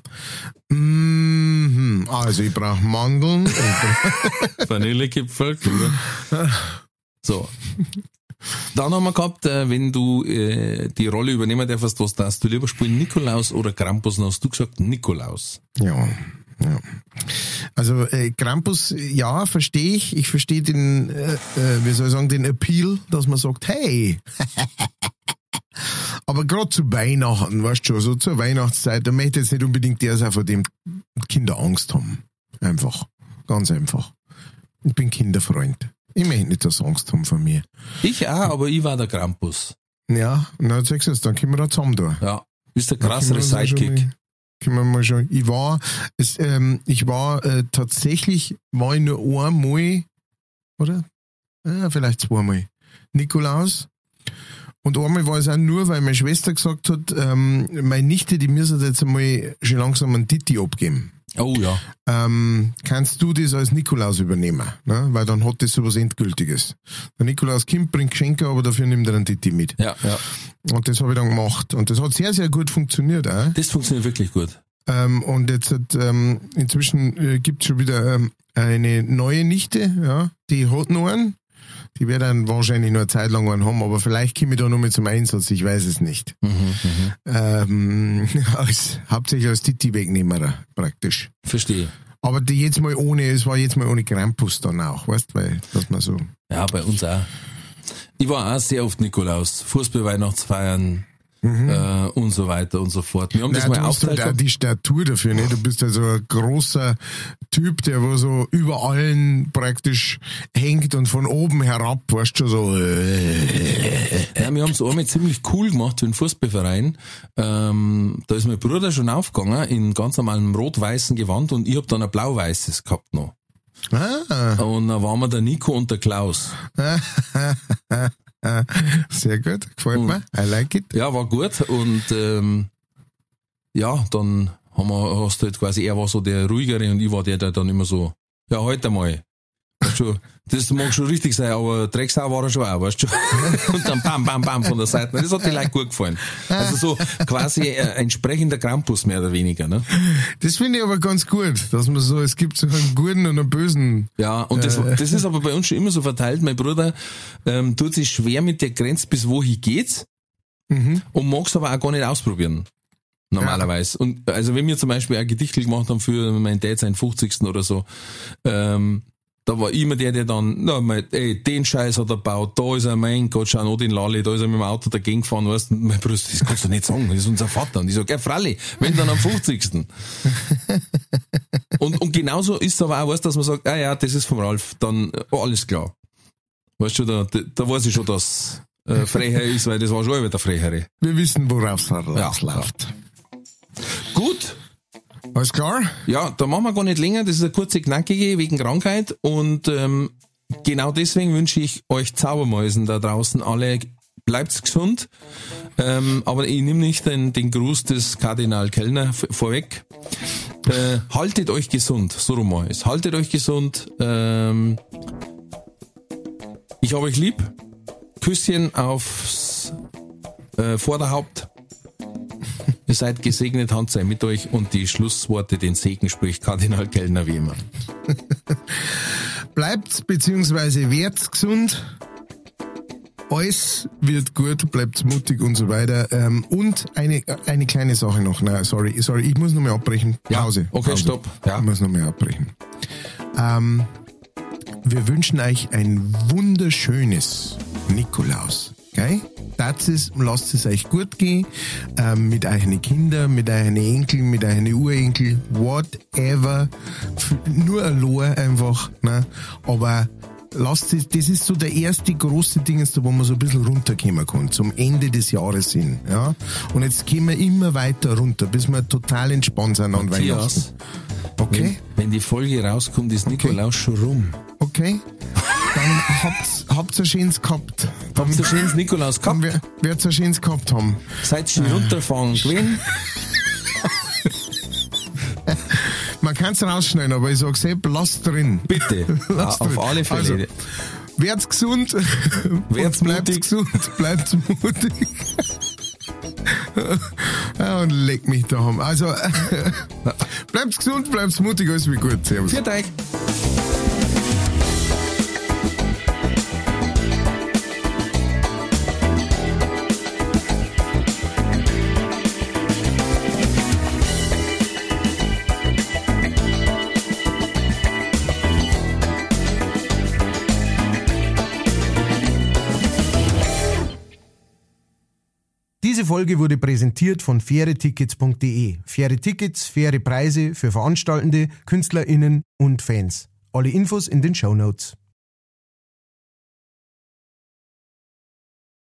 Also ich brauche Mandeln. Vanillekipferl, oder? So. Dann haben wir gehabt, wenn du die Rolle übernehmen darfst, was darfst du lieber spielen, Nikolaus oder Krampus? Dann hast du gesagt Nikolaus. Ja. Also Krampus, ja, verstehe ich. Ich verstehe den, wie soll ich sagen, den Appeal, dass man sagt, hey. Aber gerade zu Weihnachten, weißt du schon, so zur Weihnachtszeit, da möchte jetzt nicht unbedingt der sein, vor dem Kinder Angst haben. Einfach. Ganz einfach. Ich bin Kinderfreund. Ich möchte nicht, dass sie Angst haben von mir. Ich auch, aber ich war der Krampus. Ja, na, sagst du es, dann können wir da zusammen da. Ja. Bist der krassere Sidekick. Ich war tatsächlich, war ich nur einmal, oder? Ja, vielleicht zweimal. Nikolaus. Und einmal war es auch nur, weil meine Schwester gesagt hat, meine Nichte, die müssen jetzt einmal schon langsam einen Titi abgeben. Oh ja. Kannst du das als Nikolaus übernehmen? Ne? Weil dann hat das sowas Endgültiges. Der Nikolaus kommt, bringt Geschenke, aber dafür nimmt er einen Titi mit. Ja. Und das habe ich dann gemacht. Und das hat sehr, sehr gut funktioniert auch. Das funktioniert wirklich gut. Und jetzt inzwischen gibt es schon wieder eine neue Nichte, ja, die hat noch einen. Die wird dann wahrscheinlich noch eine Zeit lang einen haben, aber vielleicht komme ich da noch mal zum Einsatz, ich weiß es nicht. Hauptsächlich als Titi-Wegnehmer praktisch. Verstehe. Aber es war jetzt mal ohne Krampus dann auch, weißt du, weil, dass man so. Ja, bei uns auch. Ich war auch sehr oft Nikolaus. Fußball-Weihnachtsfeiern, und so weiter und so fort. Wir haben das mal du hast halt auch die Statur dafür, ne? Du bist halt so ein großer Typ, der wo so über allen praktisch hängt und von oben herab, weißt du, so. Ja, wir haben es einmal ziemlich cool gemacht für den Fußballverein. Da ist mein Bruder schon aufgegangen in ganz normalem rot-weißen Gewand und ich hab dann ein blau-weißes gehabt noch. Und dann waren wir der Nico und der Klaus. Sehr gut, gefällt mir. I like it. Ja, war gut und ja, dann hast du halt quasi, er war so der ruhigere und ich war der dann immer so, ja, heute mal. Weißt du, das mag schon richtig sein, aber Drecksau war er schon auch, weißt du. Und dann bam, bam, bam von der Seite. Das hat die Leute gut gefallen. Also so quasi ein sprechender Krampus mehr oder weniger, ne? Das finde ich aber ganz gut, dass man so, es gibt so einen guten und einen bösen. Ja, und das ist aber bei uns schon immer so verteilt. Mein Bruder tut sich schwer mit der Grenze, bis wohin geht's, und mag's aber auch gar nicht ausprobieren. Normalerweise. Ja. Und also wenn wir zum Beispiel ein Gedichtel gemacht haben für meinen Dad seinen 50. oder so, da war immer der dann, den Scheiß hat er gebaut, da ist er, mein Gott, schau noch den Lali, da ist er mit dem Auto dagegen gefahren, weißt du, mein Bruder, das kannst du nicht sagen, das ist unser Vater. Und ich sag, ja, Fralli, wenn dann am 50. und genauso ist es aber auch, weißt du, dass man sagt, ja, das ist vom Ralf, dann alles klar. Weißt du, da weiß ich schon, dass Frecher ist, weil das war schon immer der Frechere. Wir wissen, worauf es rausläuft. Ja. Gut. Alles klar? Ja, da machen wir gar nicht länger. Das ist eine kurze, knackige wegen Krankheit. Und genau deswegen wünsche ich euch Zaubermäusen da draußen alle, bleibt's gesund. Aber ich nehme nicht den Gruß des Kardinal Kellner vorweg. Haltet euch gesund, so rum mal ist. Haltet euch gesund. Ich habe euch lieb. Küsschen aufs Vorderhaupt. Ihr seid gesegnet, Hand sei mit euch und die Schlussworte, den Segen spricht Kardinal Kellner wie immer. Bleibt bzw. werdet gesund. Alles wird gut, bleibt mutig und so weiter. Und eine kleine Sache noch. Nein, sorry, ich muss noch mal abbrechen. Pause. Okay, Pause. stopp. Ja. Ich muss noch mal abbrechen. Wir wünschen euch ein wunderschönes Nikolaus. Okay? Lasst es euch gut gehen, mit euren Kindern, mit euren Enkeln, mit euren Urenkel, whatever, nur allein einfach, ne? Aber lasst es, das ist so der erste große Ding, wo man so ein bisschen runterkommen kann, zum Ende des Jahres hin, ja? Und jetzt gehen wir immer weiter runter, bis wir total entspannt sind an Weihnachten. Okay? Wenn die Folge rauskommt, ist Nikolaus schon rum. Okay? Dann habt's ein schönes gehabt. Habt ihr ein schönes Nikolaus gehabt? Werdet ein schönes gehabt haben. Seid schon runtergefahren gewesen? Man kann es rausschneiden, aber ich sag Sepp, lasst drin. Bitte. Lasst auf drin. alle Fälle. Also, werdet gesund. Werdet bleibt mutig. gesund. Bleibt mutig. Ja, und leg mich da haben. Also, bleibt gesund, bleibt mutig, alles wird gut. Servus. Viert euch. Diese Folge wurde präsentiert von fairetickets.de. Faire Tickets, faire Preise für Veranstaltende, KünstlerInnen und Fans. Alle Infos in den Shownotes.